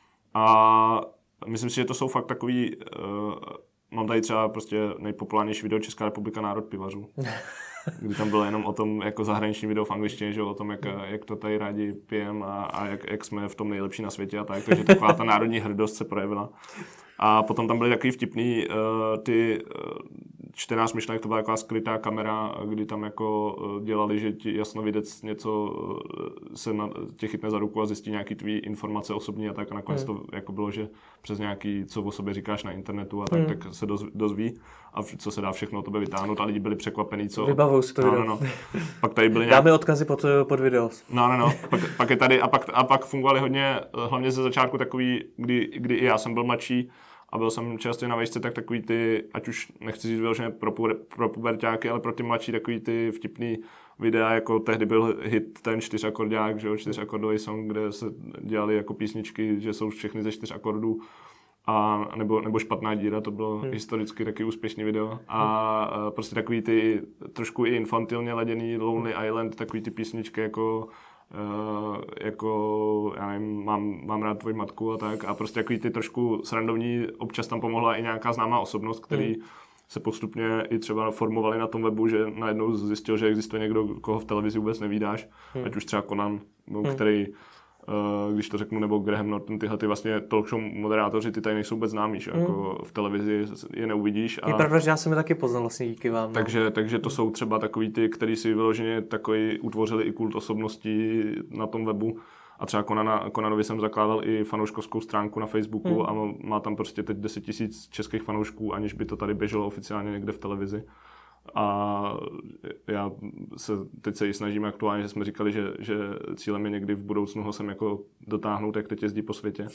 A myslím si, že to jsou fakt takový, uh, mám tady třeba prostě nejpopulárnější video Česká republika národ pivařů, kdy tam bylo jenom o tom jako zahraniční video v angličtině, že o tom, jak, jak to tady rádi pijem a, a jak, jak jsme v tom nejlepší na světě a tak, takže taková ta národní hrdost se projevila. A potom tam byly takový vtipný uh, ty uh, čtenář myšlenek, to byla taková skrytá kamera, kdy tam jako uh, dělali, že ti jasnovidec něco uh, se na, tě chytne za ruku a zjistí nějaký tvý informace osobní a tak a nakonec hmm. to jako bylo, že přes nějaký, co o sobě říkáš na internetu a tak, hmm. tak se doz, dozví a co se dá všechno o tobě vytáhnout a lidi byli překvapení, co... Vybavuju si to no, video. No, no. Pak tady byly nějak... Dáme odkazy pod, pod video. No, no, no. Pak, pak je tady a pak, a pak fungovali hodně, hlavně ze začátku takový, kdy, kdy i já jsem byl mladší, a byl jsem čerstvě na vejšce, tak takový ty, ať už nechci říct vyloženě pro, pro puberťáky, ale pro ty mladší takový ty vtipný videa, jako tehdy byl hit ten čtyřakordák, že jo, čtyřakordový song, kde se dělali jako písničky, že jsou všechny ze čtyř akordů. A nebo, nebo Špatná díra, to bylo hmm. historicky taky úspěšný video. A hmm. prostě takový ty trošku i infantilně laděný Lonely Island, takový ty písničky jako, uh, jako já nevím, mám, mám rád tvoji matku a tak. A prostě takový ty trošku srandovní, občas tam pomohla i nějaká známá osobnost, který hmm. se postupně i třeba formovali na tom webu, že najednou zjistil, že existuje někdo, koho v televizi vůbec nevídáš, hmm. ať už třeba Conan, hmm. který Uh, když to řeknu, nebo Graham Norton, tyhle ty vlastně talk show moderátoři, ty tady nejsou vůbec známí, že? Mm. Jako v televizi je neuvidíš. A... Je pravda, že já jsem je taky poznal vlastně díky vám. Takže, no. takže to jsou třeba takový ty, kteří si vyloženě takový utvořili i kult osobností na tom webu. A třeba Conana, Conanovi jsem zakládal i fanouškovskou stránku na Facebooku mm. a má tam prostě teď deset tisíc českých fanoušků, aniž by to tady běželo oficiálně někde v televizi. A já se teď se i snažím aktuálně, že jsme říkali, že, že cílem je někdy v budoucnu ho sem jako dotáhnout, jak teď jezdí po světě.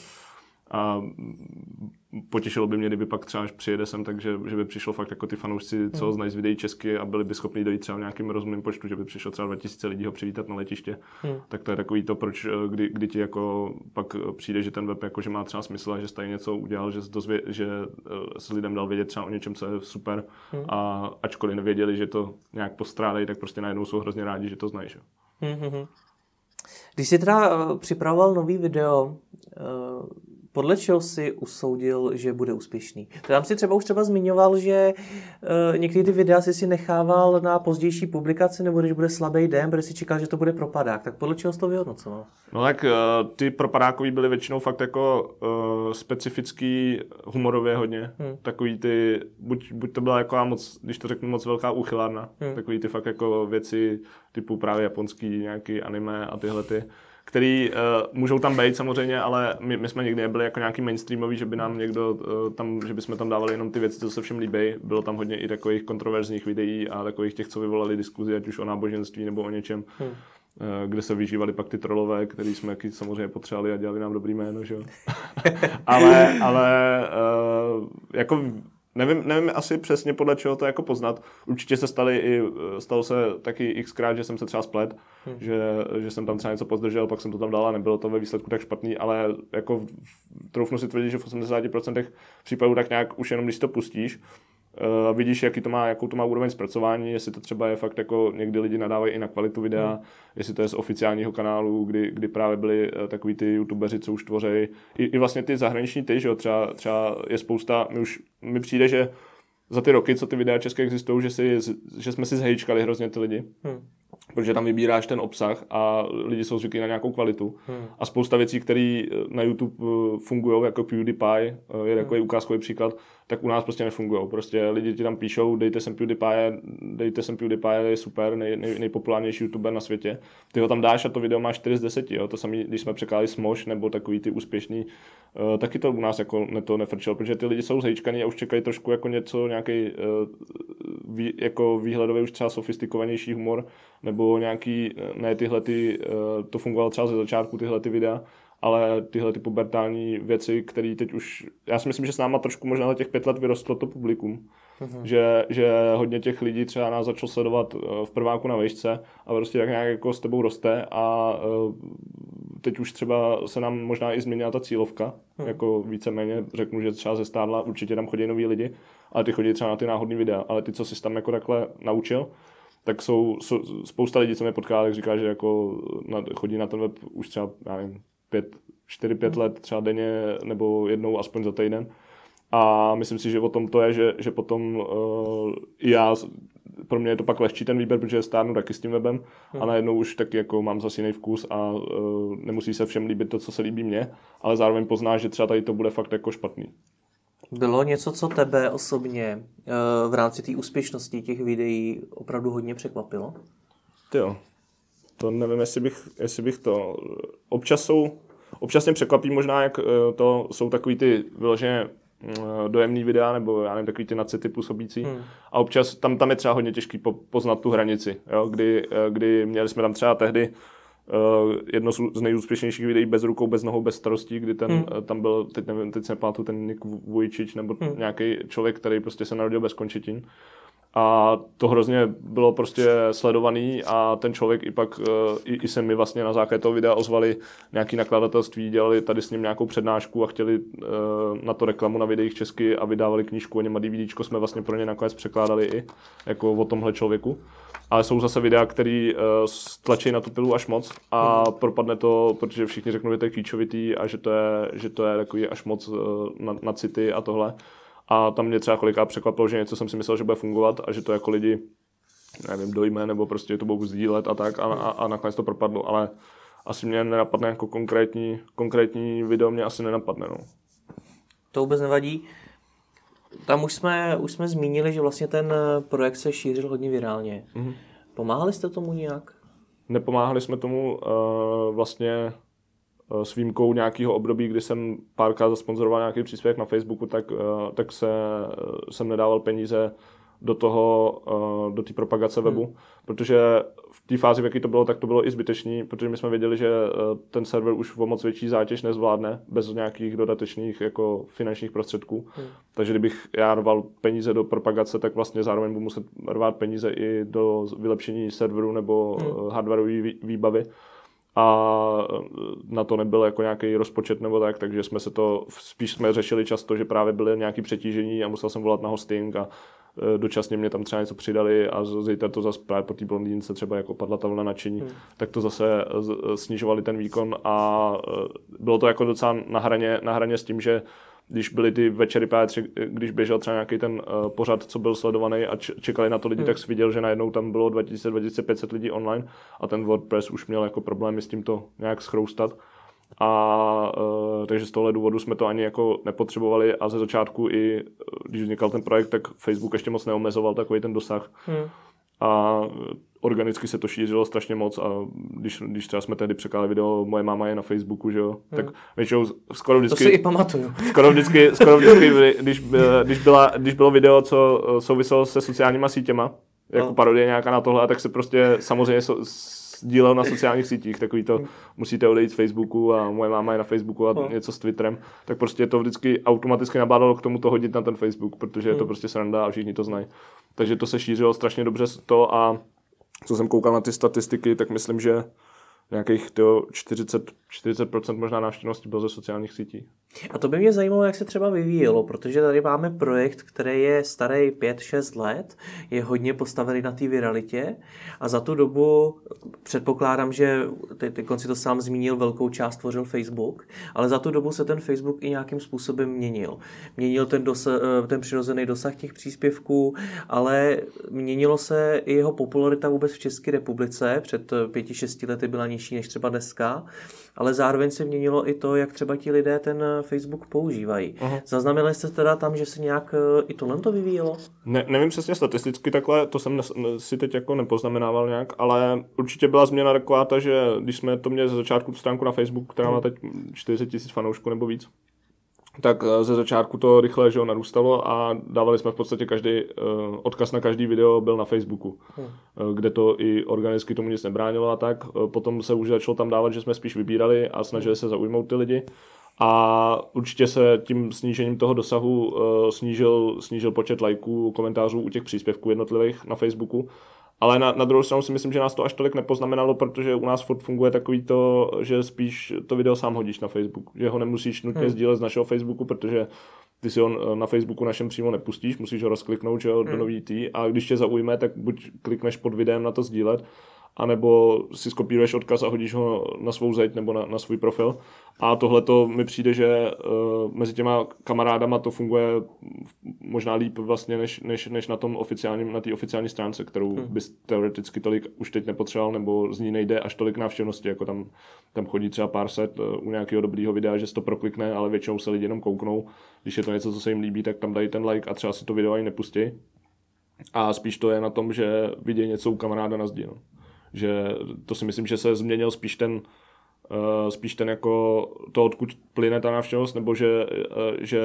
A potěšilo by mě, kdyby pak třeba, až přijede sem, takže že by přišlo fakt jako ty fanoušci, co hmm. znají z videí česky a byli by schopni dojít třeba v nějakým rozumným počtu, že by přišlo třeba dva tisíce lidí ho přivítat na letiště. Hmm. Tak to je takový to, proč, kdy, kdy ti jako pak přijde, že ten web jako, že má třeba smysl a že tady něco udělal, že, dozvě, že s lidem dal vědět třeba o něčem, co je super hmm. a ačkoliv nevěděli, že to nějak postrádají, tak prostě najednou jsou hrozně rádi, že to znají. Že? Hmm. Když jsi teda připravoval nový video, uh... podle čeho si usoudil, že bude úspěšný? Tam si třeba už třeba zmiňoval, že uh, některé ty videa si si nechával na pozdější publikaci, nebo když bude slabý den, protože si čekal, že to bude propadák. Tak podle čeho jsi to vyhodnocoval? No tak uh, ty propadákový byly většinou fakt jako uh, specifický, humorově hodně. Hmm. Takový ty, buď, buď to byla jako moc, když to řeknu, moc velká úchylárna. Hmm. Takový ty fakt jako věci typu právě japonský, nějaký anime a tyhle ty. Který uh, můžou tam být samozřejmě, ale my, my jsme nikdy nebyli jako nějaký mainstreamový, že by nám někdo uh, tam, že bychom tam dávali jenom ty věci, co se všem líbí. Bylo tam hodně i takových kontroverzních videí a takových těch, co vyvolali diskuzi, ať už o náboženství nebo o něčem, hmm. uh, kde se vyžívali pak ty trolové, který jsme samozřejmě potřebovali a dělali nám dobrý jméno, že jo. ale, ale uh, jako Nevím, nevím asi přesně podle čeho to jako poznat. Určitě se stali i, stalo se taky xkrát, že jsem se třeba splet, hmm. že, že jsem tam třeba něco pozdržel, pak jsem to tam dal a nebylo to ve výsledku tak špatný, ale jako troufnu si tvrdit, že v osmdesáti procentech případů tak nějak už jenom když to pustíš, Uh, vidíš, jaký to má, jakou to má úroveň zpracování, jestli to třeba je fakt jako někdy lidi nadávají i na kvalitu videa, hmm. jestli to je z oficiálního kanálu, kdy, kdy právě byli uh, takový ty youtubeři, co už tvoří. I, i vlastně ty zahraniční ty, že jo, třeba, třeba je spousta, mi už mi přijde, že za ty roky, co ty videa české existují, že, si, že jsme si zhejčkali hrozně ty lidi. Hmm. Protože tam vybíráš ten obsah a lidi jsou zvyklí na nějakou kvalitu. Hmm. A spousta věcí, které na YouTube fungují, jako PewDiePie, je takový hmm. ukázkový příklad, tak u nás prostě nefungují. Prostě lidi ti tam píšou, dejte sem PewDiePie, dejte sem PewDiePie, je super, nej, nej, nejpopulárnější YouTuber na světě. Ty ho tam dáš a to video má čtyři z deseti. Jo? To samé, když jsme překládali Smosh nebo takový ty úspěšný, uh, taky to u nás jako ne, to nefrčelo, protože ty lidi jsou zhejčkaný a už čekají trošku jako něco, nějaký uh, vý, jako výhledově už třeba sofistikovanější humor, nebo nějaký, ne tyhle ty, uh, to fungovalo třeba ze začátku tyhle ty videa, ale tyhle ty pubertální věci, které teď už, já si myslím, že s náma trošku možná za těch pět let vyrostlo to publikum, uh-huh. že, že hodně těch lidí třeba nás začalo sledovat v prváku na vejšce a prostě tak nějak jako s tebou roste a teď už třeba se nám možná i změnila ta cílovka, uh-huh. jako víceméně řeknu, že třeba ze stádla určitě tam chodí noví lidi, ale ty chodí třeba na ty náhodný videa, ale ty, co jsi tam jako takhle naučil, tak jsou, jsou spousta lidí, co mě potkali, tak říká, že jako na, chodí na ten web už třeba, já nevím, pět, čtyři, pět let třeba denně nebo jednou aspoň za týden. A myslím si, že o tom to je, že, že potom uh, i já, pro mě je to pak lehčí ten výběr, protože stárnu taky s tím webem hmm. a najednou už taky jako mám zase jiný vkus a uh, nemusí se všem líbit to, co se líbí mně, ale zároveň poznáš, že třeba tady to bude fakt jako špatný. Bylo něco, co tebe osobně uh, v rámci té úspěšnosti těch videí opravdu hodně překvapilo? Jo. To nevím, jestli bych, jestli bych to... Občas jsou, občas mě překvapí možná, jak to jsou takový ty vyloženě dojemný videa, nebo já nevím, takový ty nadcity působící. Hmm. A občas tam, tam je třeba hodně těžký po, poznat tu hranici, jo? Kdy, kdy měli jsme tam třeba tehdy Uh, jedno z nejúspěšnějších videí bez rukou, bez nohou, bez starostí, kdy ten, Hmm. tam byl, teď nevím, teď se nepamatuju, ten Nick Vujčič, nebo hmm. nějaký člověk, který prostě se narodil bez končetin. A to hrozně bylo prostě sledovaný a ten člověk i pak, i, i se mi vlastně na základě toho videa ozvali nějaký nakladatelství, dělali tady s ním nějakou přednášku a chtěli uh, na to reklamu na videích česky a vydávali knížku, o něm a DVDčko jsme vlastně pro ně nakonec překládali i jako o tomhle člověku. Ale jsou zase videa, který uh, tlačí na tu pilu až moc a mm. propadne to, protože všichni řeknou, že to je klíčovitý a že to je, že to je takový až moc uh, na, na city a tohle. A tam mě třeba kolikrát překvapilo, že něco jsem si myslel, že bude fungovat a že to jako lidi, nevím, dojme nebo prostě to budou sdílet a tak a, a, a nakonec to propadlo, ale asi mě nenapadne jako konkrétní, konkrétní video, mě asi nenapadne. No. To vůbec nevadí. Tam už jsme, už jsme zmínili, že vlastně ten projekt se šířil hodně virálně. Mm-hmm. Pomáhali jste tomu nějak? Nepomáhali jsme tomu uh, vlastně uh, s výjimkou nějakého období, kdy jsem párkrát zasponzoroval nějaký příspěvek na Facebooku, tak, uh, tak se, uh, jsem nedával peníze do toho, uh, do té propagace hmm. webu, protože v té fázi, v jaký to bylo, tak to bylo i zbytečný, protože my jsme věděli, že uh, ten server už o moc větší zátěž nezvládne bez nějakých dodatečných jako finančních prostředků. Hmm. Takže kdybych já rval peníze do propagace, tak vlastně zároveň budu muset rvát peníze i do vylepšení serveru nebo hmm. uh, hardwareové výbavy. A na to nebyl jako nějaký rozpočet nebo tak, takže jsme se to, spíš jsme řešili často, že právě byly nějaké přetížení a musel jsem volat na hosting a dočasně mě tam třeba něco přidali a zítra to zase právě po té blondýnce třeba jako padla ta vlna nadšení, hmm. tak to zase snižovali ten výkon a bylo to jako docela na hraně, na hraně s tím, že když byly ty večery P tři, když běžel třeba nějaký ten uh, pořad, co byl sledovaný a čekali na to lidi, hmm. tak jsi viděl, že najednou tam bylo dva tisíce až dva tisíce pět set lidí online a ten WordPress už měl jako problémy s tím to nějak schroustat. A uh, takže z tohle důvodu jsme to ani jako nepotřebovali a ze začátku i, když vznikal ten projekt, tak Facebook ještě moc neomezoval takový ten dosah. Hmm. A organicky se to šířilo strašně moc a když, když třeba jsme tehdy překládali video Moje máma je na Facebooku, že jo, hmm. tak většinou skoro vždycky... To si i pamatuju. Skoro vždycky, skoro vždycky když, když, byla, když bylo video, co souviselo se sociálníma sítěma, jako no. parodie nějaká na tohle, tak se prostě samozřejmě so, sdílel na sociálních sítích, takový to musíte odejít z Facebooku a Moje máma je na Facebooku a no. něco s Twitterem, tak prostě to vždycky automaticky nabádalo k tomu to hodit na ten Facebook, protože je to prostě sranda a všichni to znají. Takže to se šířilo strašně dobře to a co jsem koukal na ty statistiky, tak myslím, že nějakých tyjo, čtyřicet, čtyřicet procent možná návštěvnosti bylo ze sociálních sítí. A to by mě zajímalo, jak se třeba vyvíjelo, protože tady máme projekt, který je starý pět šest let, je hodně postavený na té viralitě a za tu dobu předpokládám, že ty, ty konci to sám zmínil, velkou část tvořil Facebook, ale za tu dobu se ten Facebook i nějakým způsobem měnil. Měnil ten, dosa, ten přirozený dosah těch příspěvků, ale měnilo se i jeho popularita vůbec v České republice. Před pěti, šesti lety byla nižší než třeba dneska, ale zároveň se měnilo i to, jak třeba ti lidé ten Facebook používají. Aha. Zaznamenali jste teda tam, že se nějak i tohle to vyvíjelo? Ne, nevím přesně statisticky takhle, to jsem si teď jako nepoznamenával nějak, ale určitě byla změna taková ta, že když jsme to měli ze začátku stránku na Facebook, která má teď čtyřicet tisíc fanoušků nebo víc, tak ze začátku to rychle že ho, narůstalo a dávali jsme v podstatě každý uh, odkaz na každý video byl na Facebooku, hmm. uh, kde to i organicky tomu nic nebránilo a tak. Uh, potom se už začalo tam dávat, že jsme spíš vybírali a snažili se zaujmout ty lidi. A určitě se tím snížením toho dosahu uh, snížil, snížil počet lajků, komentářů u těch příspěvků jednotlivých na Facebooku. Ale na, na druhou stranu si myslím, že nás to až tolik nepoznamenalo, protože u nás furt funguje takový to, že spíš to video sám hodíš na Facebook. Že ho nemusíš nutně hmm. sdílet z našeho Facebooku, protože ty si ho na Facebooku našem přímo nepustíš, musíš ho rozkliknout že jo, do hmm. nový tý a když tě zaujme, tak buď klikneš pod videem na to sdílet, anebo si skopíruješ odkaz a hodíš ho na svou zeď nebo na, na svůj profil. A tohle to mi přijde, že uh, mezi těma kamarádama to funguje možná líp vlastně, než, než, než na tom oficiálním, na té oficiální stránce, kterou hmm. bys teoreticky tolik už teď nepotřeboval, nebo z ní nejde až tolik návštěvnosti, jako tam, tam chodí třeba pár set uh, u nějakého dobrýho videa, že se to proklikne, ale většinou se lidi jenom kouknou. Když je to něco, co se jim líbí, tak tam dají ten like a třeba si to video ani nepustí. A spíš to je na tom, že vidějí něco u kamaráda na zdi. No. Že to si myslím, že se změnil spíš ten, uh, spíš ten jako to, odkud plyne ta návštěvnost, nebo že, uh, že,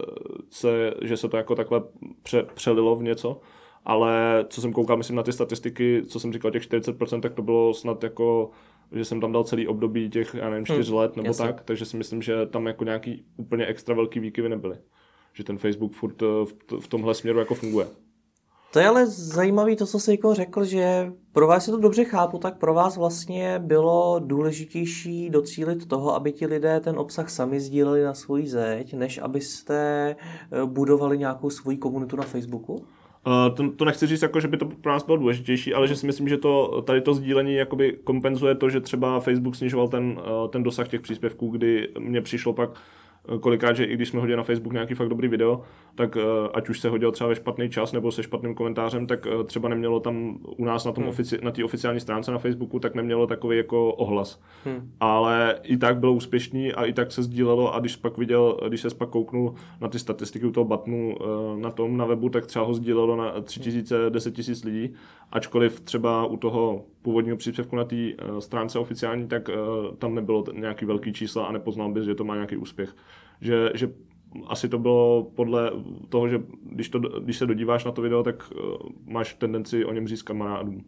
se, že se to jako takhle pře, přelilo v něco. Ale co jsem koukal, myslím na ty statistiky, co jsem říkal, těch čtyřicet procent, tak to bylo snad jako že jsem tam dal celý období těch, já nevím, čtyř hmm, let nebo jasně. tak, takže si myslím, že tam jako nějaký úplně extra velký výkyvy nebyly. Že ten Facebook furt v, v tomhle směru jako funguje. To je ale zajímavý to, co jsi jako řekl, že pro vás, si to dobře chápu, tak pro vás vlastně bylo důležitější docílit toho, aby ti lidé ten obsah sami sdíleli na svoji zeď, než abyste budovali nějakou svoji komunitu na Facebooku? Uh, to, to nechci říct, jako, že by to pro nás bylo důležitější, ale že si myslím, že to, tady to sdílení jakoby kompenzuje to, že třeba Facebook snižoval ten, ten dosah těch příspěvků, kdy mně přišlo pak kolikrát, že i když jsme hodili na Facebook nějaký fakt dobrý video, tak ať už se hodil třeba ve špatný čas nebo se špatným komentářem, tak třeba nemělo tam u nás na tom hmm. ofici- na té oficiální stránce na Facebooku, tak nemělo takový jako ohlas. Hmm. Ale i tak bylo úspěšný a i tak se sdílelo a když pak viděl, když se pak kouknul na ty statistiky u toho Buttonu na tom na webu, tak třeba ho sdílelo na tři tisíce, deset tisíc lidí, ačkoliv třeba u toho původního příspěvku na té stránce oficiální, tak tam nebylo nějaký velký čísla a nepoznal bys, že to má nějaký úspěch. Že, že asi to bylo podle toho, že když, to, když se dodíváš na to video, tak uh, máš tendenci o něm říct kamarádům.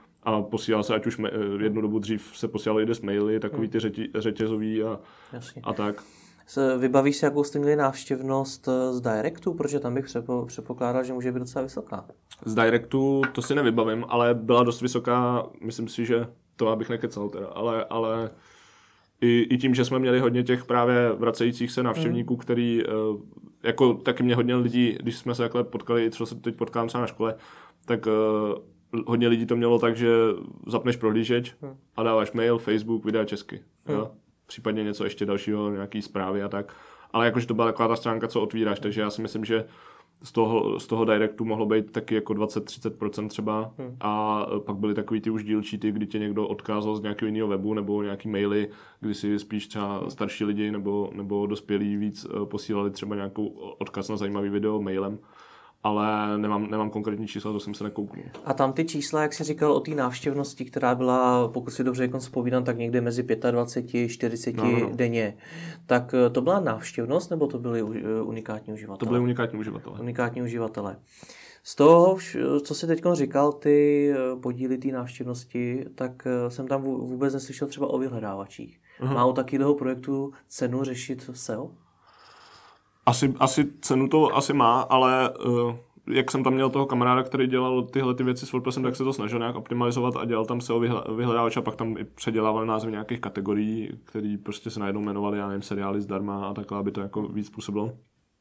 A posílal se, ať už me, jednu dobu dřív se posílali jde s maily, takový ty řeti, řetězový a, a tak. Vybavíš si, jakou jste měli návštěvnost z Directu? Protože tam bych předpo, předpokládal, že může být docela vysoká. Z Directu to si nevybavím, ale byla dost vysoká, myslím si, že to abych nekecal teda, ale, ale I, i tím, že jsme měli hodně těch právě vracejících se návštěvníků, mm. který, jako taky mě hodně lidí, když jsme se takhle potkali, co se teď potkám třeba na škole, tak uh, hodně lidí to mělo tak, že zapneš prohlížeč mm. a dáváš mail, Facebook, videa česky. Mm. Jo? Případně něco ještě dalšího, nějaký zprávy a tak. Ale jakože to byla taková ta stránka, co otvíráš, takže já si myslím, že z toho, z toho Directu mohlo být taky jako dvacet až třicet procent třeba hmm. a pak byly takový ty už dílčí ty, kdy tě někdo odkázal z nějakého jiného webu nebo nějaký maily, kdy si spíš třeba starší lidi nebo, nebo dospělí víc posílali třeba nějakou odkaz na zajímavý video mailem. Ale nemám, nemám konkrétní čísla, to jsem se nekouknul. A tam ty čísla, jak jsi říkal o té návštěvnosti, která byla, pokud si dobře vzpomínám, tak někde mezi dvacet pět až čtyřicet no, no. denně. Tak to byla návštěvnost, nebo to byly unikátní uživatelé? To byly unikátní uživatelé. Unikátní uživatelé. Z toho, co jsi teď říkal, ty podíly té návštěvnosti, tak jsem tam vůbec neslyšel třeba o vyhledávačích. Uh-huh. Má u takového projektu cenu řešit S E O? Asi, asi cenu to asi má, ale uh, jak jsem tam měl toho kamaráda, který dělal tyhle ty věci s WordPressem, tak se to snažil nějak optimalizovat a dělal tam S E O vyhledávač a pak tam i předělával názvy nějakých kategorií, které prostě se najednou jmenovali, já nevím, seriály zdarma a takhle, aby to jako víc působilo.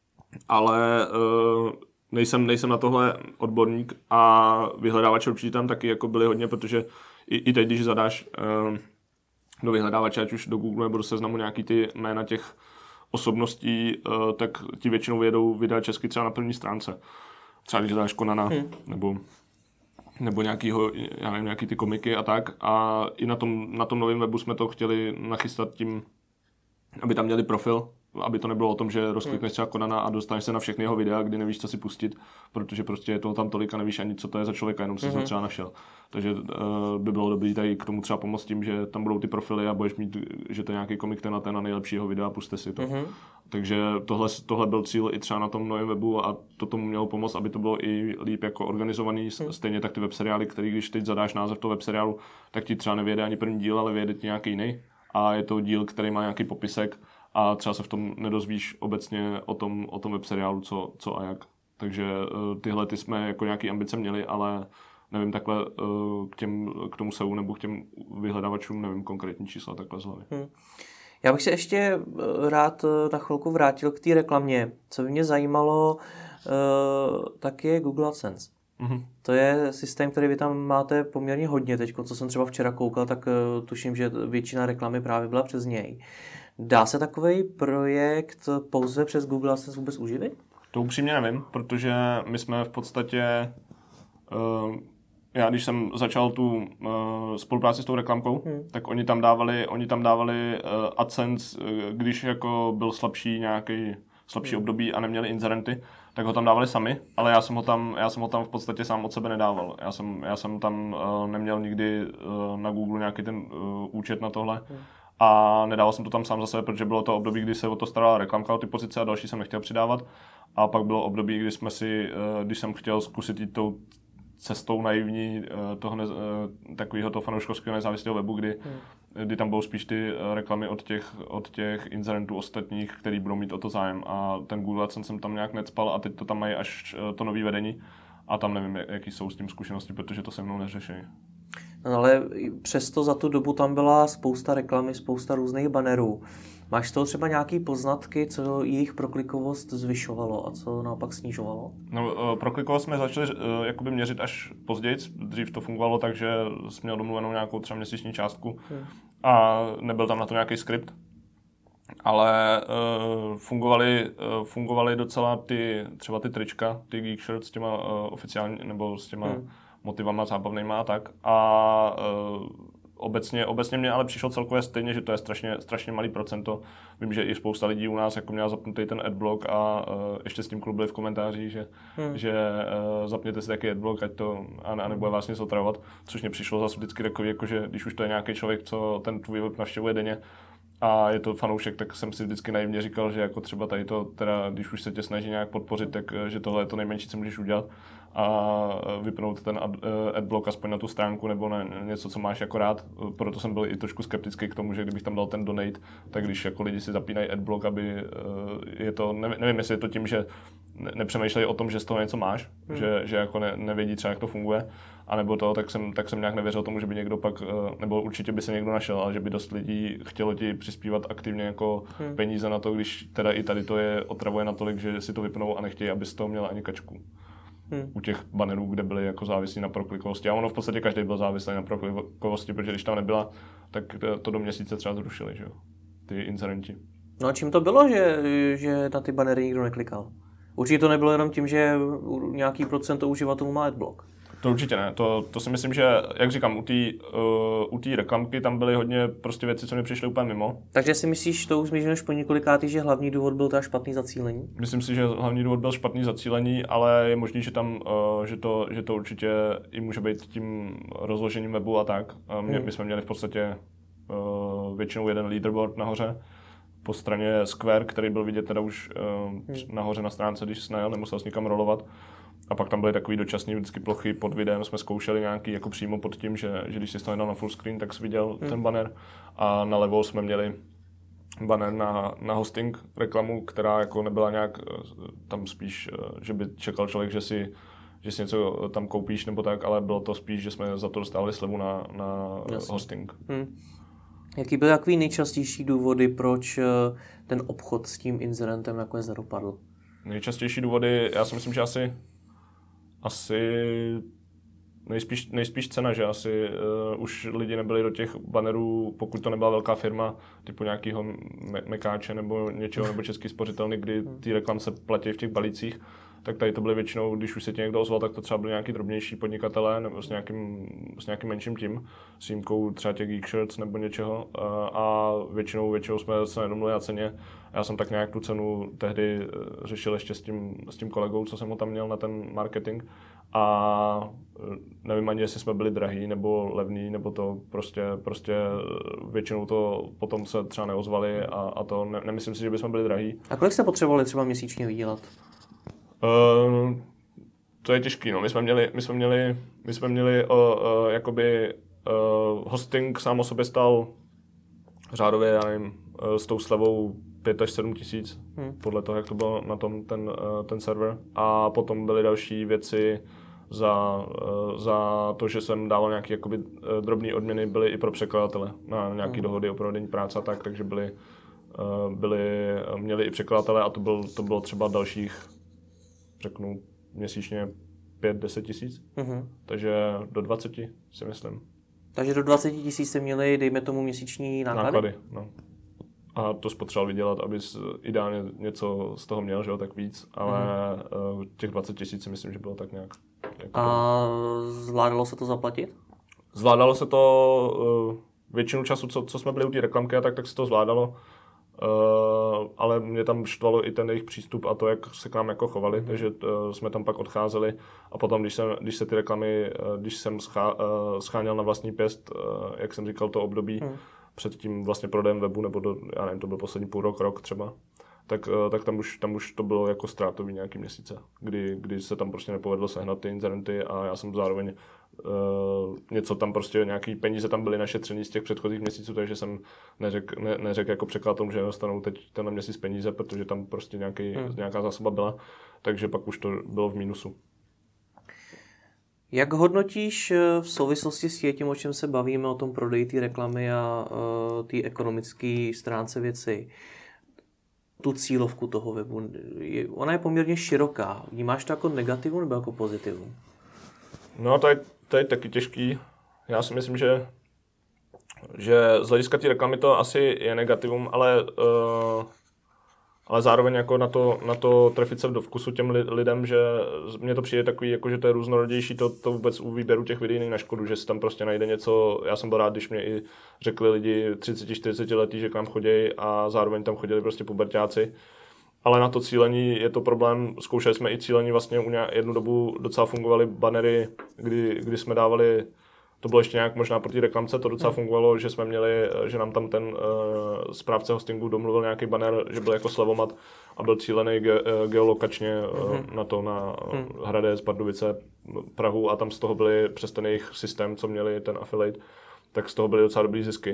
Ale uh, nejsem, nejsem na tohle odborník a vyhledávače určitě tam taky jako byly hodně, protože i, i teď, když zadáš uh, do vyhledávače, ať už do Google nebo do Seznamu nějaký ty jména těch osobností, uh, tak ti většinou vyjedou videa česky třeba na první stránce. Třeba když dáš Konana, hmm. nebo, nebo nějakýho, já nevím, nějaký ty komiky a tak. A i na tom, na tom novém webu jsme to chtěli nachystat tím, aby tam měli profil, aby to nebylo o tom, že rozklikneš třeba Konana a dostaneš se na všechny jeho videa, kdy nevíš, co si pustit, protože prostě je toho tam tolik a nevíš ani, co to je za člověka, jenom si mm-hmm. to třeba našel. Takže uh, by bylo dobré tady k tomu třeba pomoct tím, že tam budou ty profily a budeš mít, že to je nějaký komik, ten na ten na nejlepšího videa, puste si to. Mm-hmm. Takže tohle, tohle byl cíl i třeba na tom novém webu a to tomu mělo pomoct, aby to bylo i líp jako organizovaný. Mm. Stejně tak ty webseriály, který když teď zadáš název toho webseriálu, tak ti třeba nevyjede ani první díl, ale vyjede ti nějaký jiný. A je to díl, který má nějaký popisek a třeba se v tom nedozvíš obecně o tom, o tom webseriálu, co, co a jak. Takže uh, tyhle ty jsme jako nějaký ambice měli, ale nevím takhle uh, k, těm, k tomu S E O nebo k těm vyhledávačům, nevím konkrétní čísla takhle z hlavy. Hmm. Já bych se ještě rád na chvilku vrátil k té reklamě. Co by mě zajímalo, uh, tak je Google AdSense. Mm-hmm. To je systém, který vy tam máte poměrně hodně teď, co jsem třeba včera koukal, tak uh, tuším, že většina reklamy právě byla přes něj. Dá se takový projekt pouze přes Google AdSense vůbec uživit? To upřímně nevím, protože my jsme v podstatě, uh, já když jsem začal tu uh, spolupráci s tou reklamkou, hmm. tak oni tam dávali, oni tam dávali uh, AdSense, uh, když jako byl slabší nějaký slabší hmm. období a neměli inzerenty, tak ho tam dávali sami, ale já jsem ho tam, já jsem ho tam v podstatě sám od sebe nedával. Já jsem, já jsem tam uh, neměl nikdy uh, na Google nějaký ten uh, účet na tohle. Hmm. A nedával jsem to tam sám za sebe, protože bylo to období, kdy se o to starala reklamka, o ty pozice a další jsem nechtěl přidávat. A pak bylo období, kdy jsme si, když jsem chtěl zkusit jít tou cestou naivní toho ne, takového toho fanouškovského nezávislého webu, kdy hmm. kdy tam budou spíš ty reklamy od těch, od těch inzerentů ostatních, který budou mít o to zájem. A ten Google AdSense jsem tam nějak necpal a teď to tam mají až to nový vedení a tam nevím, jaký jsou s tím zkušenosti, protože to se mnou neřeší. No, ale přesto za tu dobu tam byla spousta reklamy, spousta různých bannerů. Máš z toho třeba nějaký poznatky, co jejich proklikovost zvyšovalo a co naopak snižovalo? No, proklikovost jsme začali jakoby měřit až později. Dřív to fungovalo tak, že jsi měl domluvenou nějakou třeba měsíční částku hmm. a nebyl tam na to nějaký skript. Ale uh, fungovaly, uh, fungovaly docela ty, třeba ty trička, ty Geek Shirt s těma uh, oficiální, nebo s těma hmm. motivama zábavnýma a tak. A uh, obecně, obecně mě ale přišlo celkově stejně, že to je strašně, strašně malý procento. Vím, že i spousta lidí u nás jako měla zapnutý ten adblock a uh, ještě s tím klubili v komentářích, že, hmm. že uh, zapněte si taky adblock, ať to a, a nebude vás nic otravovat. Což mě přišlo zase vždycky takový, jako, že když už to je nějaký člověk, co ten tvůj web navštěvuje denně, a je to fanoušek, tak jsem si vždycky naivně říkal, že jako třeba tady to, teda, když už se tě snaží nějak podpořit, tak že tohle je to nejmenší, co můžeš udělat a vypnout ten ad, adblock aspoň na tu stránku nebo na něco, co máš jako rád. Proto jsem byl i trošku skeptický k tomu, že kdybych tam dal ten donate, tak když jako lidi si zapínají adblock, aby je to, nevím, jestli je to tím, že nepřemýšlej o tom, že z toho něco máš, hmm. že, že jako ne, nevědí třeba, jak to funguje, anebo to, tak jsem, tak jsem nějak nevěřil tomu, že by někdo pak, nebo určitě by se někdo našel, ale že by dost lidí chtělo ti přispívat aktivně jako hmm. peníze na to, když teda i tady to je otravuje natolik, že si to vypnou a nechtějí, aby z toho měla ani kačku. Hmm. U těch bannerů, kde byly jako závislí na proklikovosti. A ono v podstatě každý byl závislý na proklikovosti, protože když tam nebyla, tak to do měsíce třeba zrušili, že jo, ty inzerenti. No a čím to bylo, že, že na ty bannery nikdo neklikal? Určitě to nebylo jenom tím, že nějaký procento uživatelů má adblock. To určitě ne. To, to si myslím, že, jak říkám, u té uh, u té reklamky tam byly hodně prostě věci, co mi přišly úplně mimo. Takže si myslíš, to už zmiňuješ po několikátý, že hlavní důvod byl teda špatný zacílení? Myslím si, že hlavní důvod byl špatný zacílení, ale je možný, že tam, uh, že, to, že to určitě i může být tím rozložením webu a tak. Uh, mě, hmm. My jsme měli v podstatě uh, většinou jeden leaderboard nahoře, po straně Square, který byl vidět teda už uh, hmm. nahoře na stránce, když jsi najel, nemusel jsi nikam rolovat. A pak tam byly takový dočasný vždycky plochy pod videem, jsme zkoušeli nějaký jako přímo pod tím, že, že když jsi to nedal na full screen, tak jsi viděl hmm. ten banner. A nalevo jsme měli banner na, na hosting reklamu, která jako nebyla nějak tam spíš, že by čekal člověk, že si, že si něco tam koupíš nebo tak, ale bylo to spíš, že jsme za to dostávali slevu na, na hosting. Hmm. Jaký byly takový nejčastější důvody, proč ten obchod s tím inzerentem nakonec nedopadl? Nejčastější důvody, já si myslím, že asi Asi nejspíš, nejspíš cena, že asi uh, už lidi nebyli do těch bannerů, pokud to nebyla velká firma, typu nějakého me- mekáče nebo něčeho, nebo Český spořitelny, kdy ty reklamy se platí v těch balících, tak tady to byly většinou, když už se tě někdo ozval, tak to třeba byly nějaký drobnější podnikatelé nebo s nějakým, s nějakým menším tím, s výjimkou třeba těch Geek Shirts nebo něčeho uh, a většinou, většinou jsme se nedomluvili na ceně. Já jsem tak nějak tu cenu tehdy řešil ještě s tím, s tím kolegou, co jsem ho tam měl na ten marketing a nevím ani, jestli jsme byli drahý nebo levný, nebo to prostě, prostě většinou to potom se třeba neozvali a, a to ne, nemyslím si, že bychom byli drahý. A kolik jste potřebovali třeba měsíčně vydělat? Uh, to je těžký, no. My jsme měli, my jsme měli, my jsme měli uh, uh, jakoby uh, hosting sám o sobě stál řádově, já nevím, uh, s tou slevou pět až sedm tisíc, hmm. podle toho, jak to bylo na tom ten, uh, ten server. A potom byly další věci za, uh, za to, že jsem dával nějaké jakoby uh, drobné odměny, byly i pro překladatele na nějaké hmm. dohody o provedení práce a tak, takže byly, uh, byly, měli i překladatele a to, byl, to bylo třeba dalších, řeknu, měsíčně pět až deset tisíc, mm-hmm. takže do dvacet si myslím. Takže do dvacet tisíc jste měli, dejme tomu, měsíční náklady? Náklady, no. A to spotřeboval vydělat, abys ideálně něco z toho měl, že jo, tak víc, ale mm. těch dvacet tisíc si myslím, že bylo tak nějak. Jako a to... zvládalo se to zaplatit? Zvládalo se to většinu času, co, co jsme byli u té reklamky, tak, tak se to zvládalo. Uh, ale mě tam štvalo i ten jejich přístup a to, jak se k nám jako chovali, mm. takže uh, jsme tam pak odcházeli a potom, když, jsem, když se ty reklamy, uh, když jsem schá, uh, scháněl na vlastní pěst, uh, jak jsem říkal, to období mm. před tím vlastně prodejem webu, nebo do, já nevím, to byl poslední půl rok, rok třeba, tak, tak tam, už, tam už to bylo jako ztrátový nějaký měsíce, kdy, kdy se tam prostě nepovedlo sehnat ty incidenty a já jsem zároveň uh, něco tam prostě, nějaký peníze tam byly našetřený z těch předchozích měsíců, takže jsem neřekl ne, neřek jako překladatelům, že dostanou teď ten měsíc peníze, protože tam prostě nějaký, hmm. nějaká zásoba byla, takže pak už to bylo v mínusu. Jak hodnotíš v souvislosti s tím, o čem se bavíme, o tom prodeji té reklamy a uh, té ekonomické stránce věci, tu cílovku toho webu? Je, ona je poměrně široká. Vnímáš to jako negativum nebo jako pozitivum? No, to je, to je taky těžký. Já si myslím, že, že z hlediska té reklamy to asi je negativum, ale, uh, ale zároveň jako na to, na to trefit se do vkusu těm lidem, že mně to přijde takový, jako že to je různorodější, to, to vůbec u výběru těch videí na škodu, že si tam prostě najde něco. Já jsem byl rád, když mě i řekli lidi třicet čtyřicet letí, že k nám chodí a zároveň tam chodili prostě puberťáci. Ale na to cílení je to problém. Zkoušeli jsme i cílení, vlastně u jednu dobu docela fungovaly bannery, kdy, kdy jsme dávali, to bylo ještě nějak možná pro té reklamce, to docela fungovalo, že jsme měli, že nám tam ten uh, správce hostingu domluvil nějaký banner, že byl jako slevomat a byl cílený ge, geolokačně uh, mm-hmm. na to, na uh, Hradec, Pardubice, Prahu a tam z toho byly přes ten jejich systém, co měli ten affiliate, tak z toho byly docela dobrý zisky.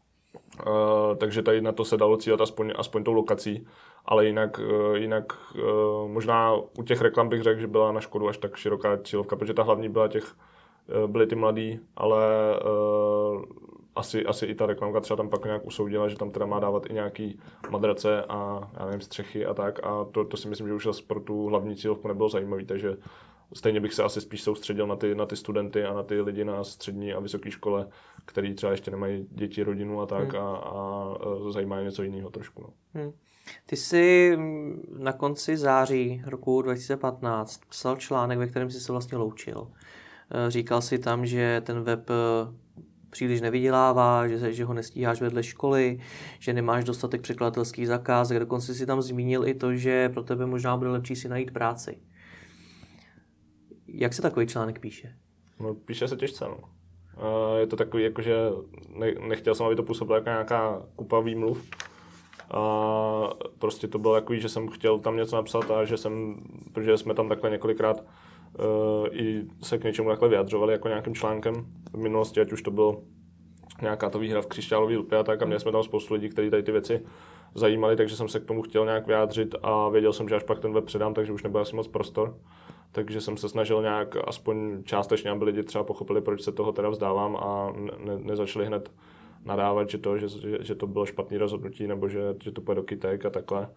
Uh, takže tady na to se dalo cílet aspoň, aspoň tou lokací, ale jinak, uh, jinak uh, možná u těch reklam bych řekl, že byla na škodu až tak široká cílovka, protože ta hlavní byla těch, uh, byly ty mladí, ale uh, asi, asi i ta reklamka třeba tam pak nějak usoudila, že tam teda má dávat i nějaký madrace a já nevím, střechy a tak a to, to si myslím, že už pro tu hlavní cílovku nebylo zajímavý, takže stejně bych se asi spíš soustředil na ty, na ty studenty a na ty lidi na střední a vysoké škole, který třeba ještě nemají děti, rodinu a tak hmm. a, a zajímá něco jiného trošku. No. Hmm. Ty jsi na konci září roku dva tisíce patnáct psal článek, ve kterém jsi se vlastně loučil. Říkal si tam, že ten web příliš nevydělává, že, že ho nestíháš vedle školy, že nemáš dostatek překladatelských zakázek, dokonce si tam zmínil i to, že pro tebe možná bude lepší si najít práci. Jak se takový článek píše? No, píše se těžce, no. Je to takový, jakože ne, nechtěl jsem, aby to působilo jako nějaká kupa výmluv. A prostě to bylo takový, že jsem chtěl tam něco napsat a že jsem, protože jsme tam takhle několikrát uh, i se k něčemu takhle vyjadřovali jako nějakým článkem v minulosti, ať už to bylo nějaká ta výhra v křišťálové lupě a tak a měli jsme tam spoustu lidí, kteří tady ty věci zajímali, takže jsem se k tomu chtěl nějak vyjádřit a věděl jsem, že až pak ten web předám, takže už nebyl asi moc prostor. Takže jsem se snažil nějak aspoň částečně, aby lidi třeba pochopili, proč se toho teda vzdávám a ne, nezačali hned nadávat, že to, že, že, že to bylo špatný rozhodnutí nebo že, že to půjde do kytek a takhle.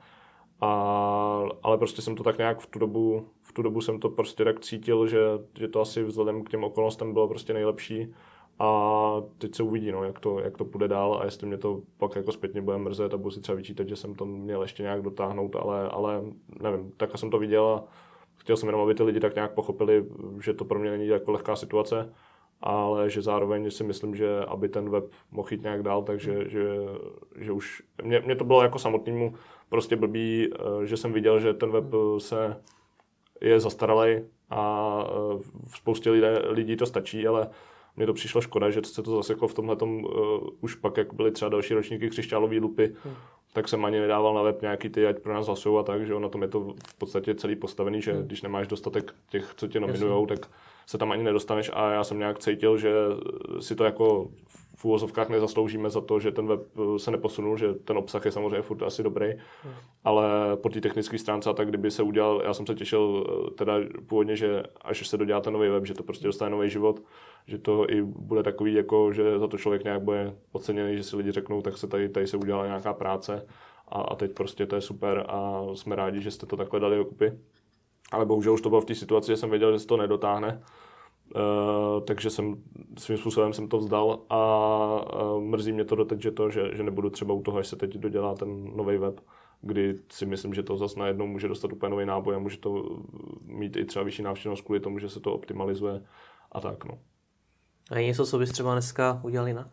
A, ale prostě jsem to tak nějak v tu dobu, v tu dobu jsem to prostě tak cítil, že, že to asi vzhledem k těm okolnostem bylo prostě nejlepší. A teď se uvidí, no, jak, to, jak to půjde dál a jestli mě to pak jako zpětně bude mrzet a budu si třeba vyčítat, že jsem to měl ještě nějak dotáhnout, ale, ale nevím, tak jsem to viděl a chtěl jsem jenom, aby ty lidi tak nějak pochopili, že to pro mě není jako lehká situace, ale že zároveň si myslím, že aby ten web mohl jít nějak dál, takže že, že už, mě, mě to bylo jako samotnému prostě blbý, že jsem viděl, že ten web se je zastaralej a v spoustě lidí, lidí to stačí, ale mně to přišlo škoda, že se to zase jako v tomhletom uh, už pak, jak byly třeba další ročníky křišťálové lupy, hmm. tak jsem ani nedával na web nějaký ty, ať pro nás hlasují a tak, že na tom je to v podstatě celý postavený, že hmm. když nemáš dostatek těch, co tě nominujou, tak se tam ani nedostaneš a já jsem nějak cítil, že si to jako v úvozovkách nezasloužíme za to, že ten web se neposunul, že ten obsah je samozřejmě furt asi dobrý, hmm. ale po té technické stránce a tak, kdyby se udělal, já jsem se těšil teda původně, že až se dodělá ten nový web, že to prostě dostane nový život, že to i bude takový, jako, že za to člověk nějak bude oceněný, že si lidi řeknou, tak se tady, tady se udělala nějaká práce a, a teď prostě to je super a jsme rádi, že jste to takhle dali dokupy. Ale bohužel už to bylo v té situaci, že jsem věděl, že se to nedotáhne, uh, takže jsem svým způsobem jsem to vzdal a uh, mrzí mě to doteď, že to, že, že nebudu třeba u toho, až se teď dodělá ten nový web, kdy si myslím, že to zase najednou může dostat úplně nový náboj a může to mít i třeba vyšší návštěvnost kvůli tomu, že se to optimalizuje a tak, no. A je něco, co bys třeba dneska udělal jinak?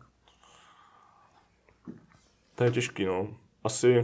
To je těžký, no. Asi,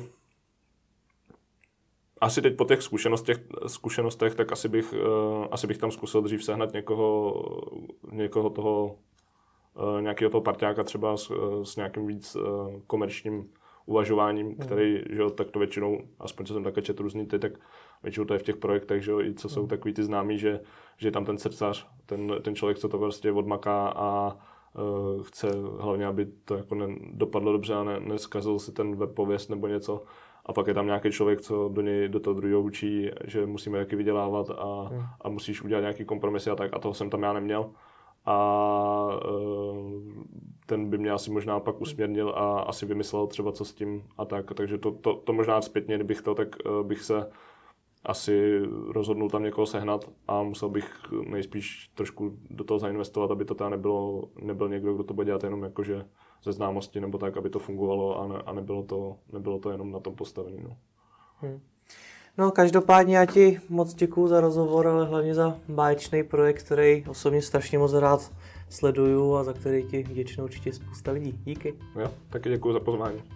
asi teď po těch zkušenostech, zkušenostech tak asi bych, uh, asi bych tam zkusil dřív sehnat někoho, někoho toho, uh, nějakého toho parťáka třeba s, s nějakým víc uh, komerčním uvažováním, který, že jo, tak to většinou, aspoň co jsem také četl různý ty, tak většinou to je v těch projektech, že jo, i co jsou takový ty známí, že, že je tam ten srdcař, ten, ten člověk, co to prostě odmaká a uh, chce hlavně, aby to jako dopadlo dobře a ne, neskazil si ten web pověst nebo něco. A pak je tam nějaký člověk, co do něj, do toho druhého učí, že musíme taky vydělávat a, hmm. a musíš udělat nějaký kompromisy a tak. A toho jsem tam já neměl. A ten by mě asi možná pak usměrnil a asi vymyslel třeba co s tím a tak. Takže to, to, to možná zpětně, kdybych to, tak bych se asi rozhodnul tam někoho sehnat a musel bych nejspíš trošku do toho zainvestovat, aby to teda nebylo, nebyl někdo, kdo to bude dělat jenom jakože ze známosti nebo tak, aby to fungovalo a, ne, a nebylo, to, nebylo to jenom na tom postavený. No. Hmm. No každopádně já ti moc děkuju za rozhovor, ale hlavně za báječný projekt, který osobně strašně moc rád sleduju a za který ti vděčnou určitě spousta lidí. Díky. Jo, taky děkuju za pozvání.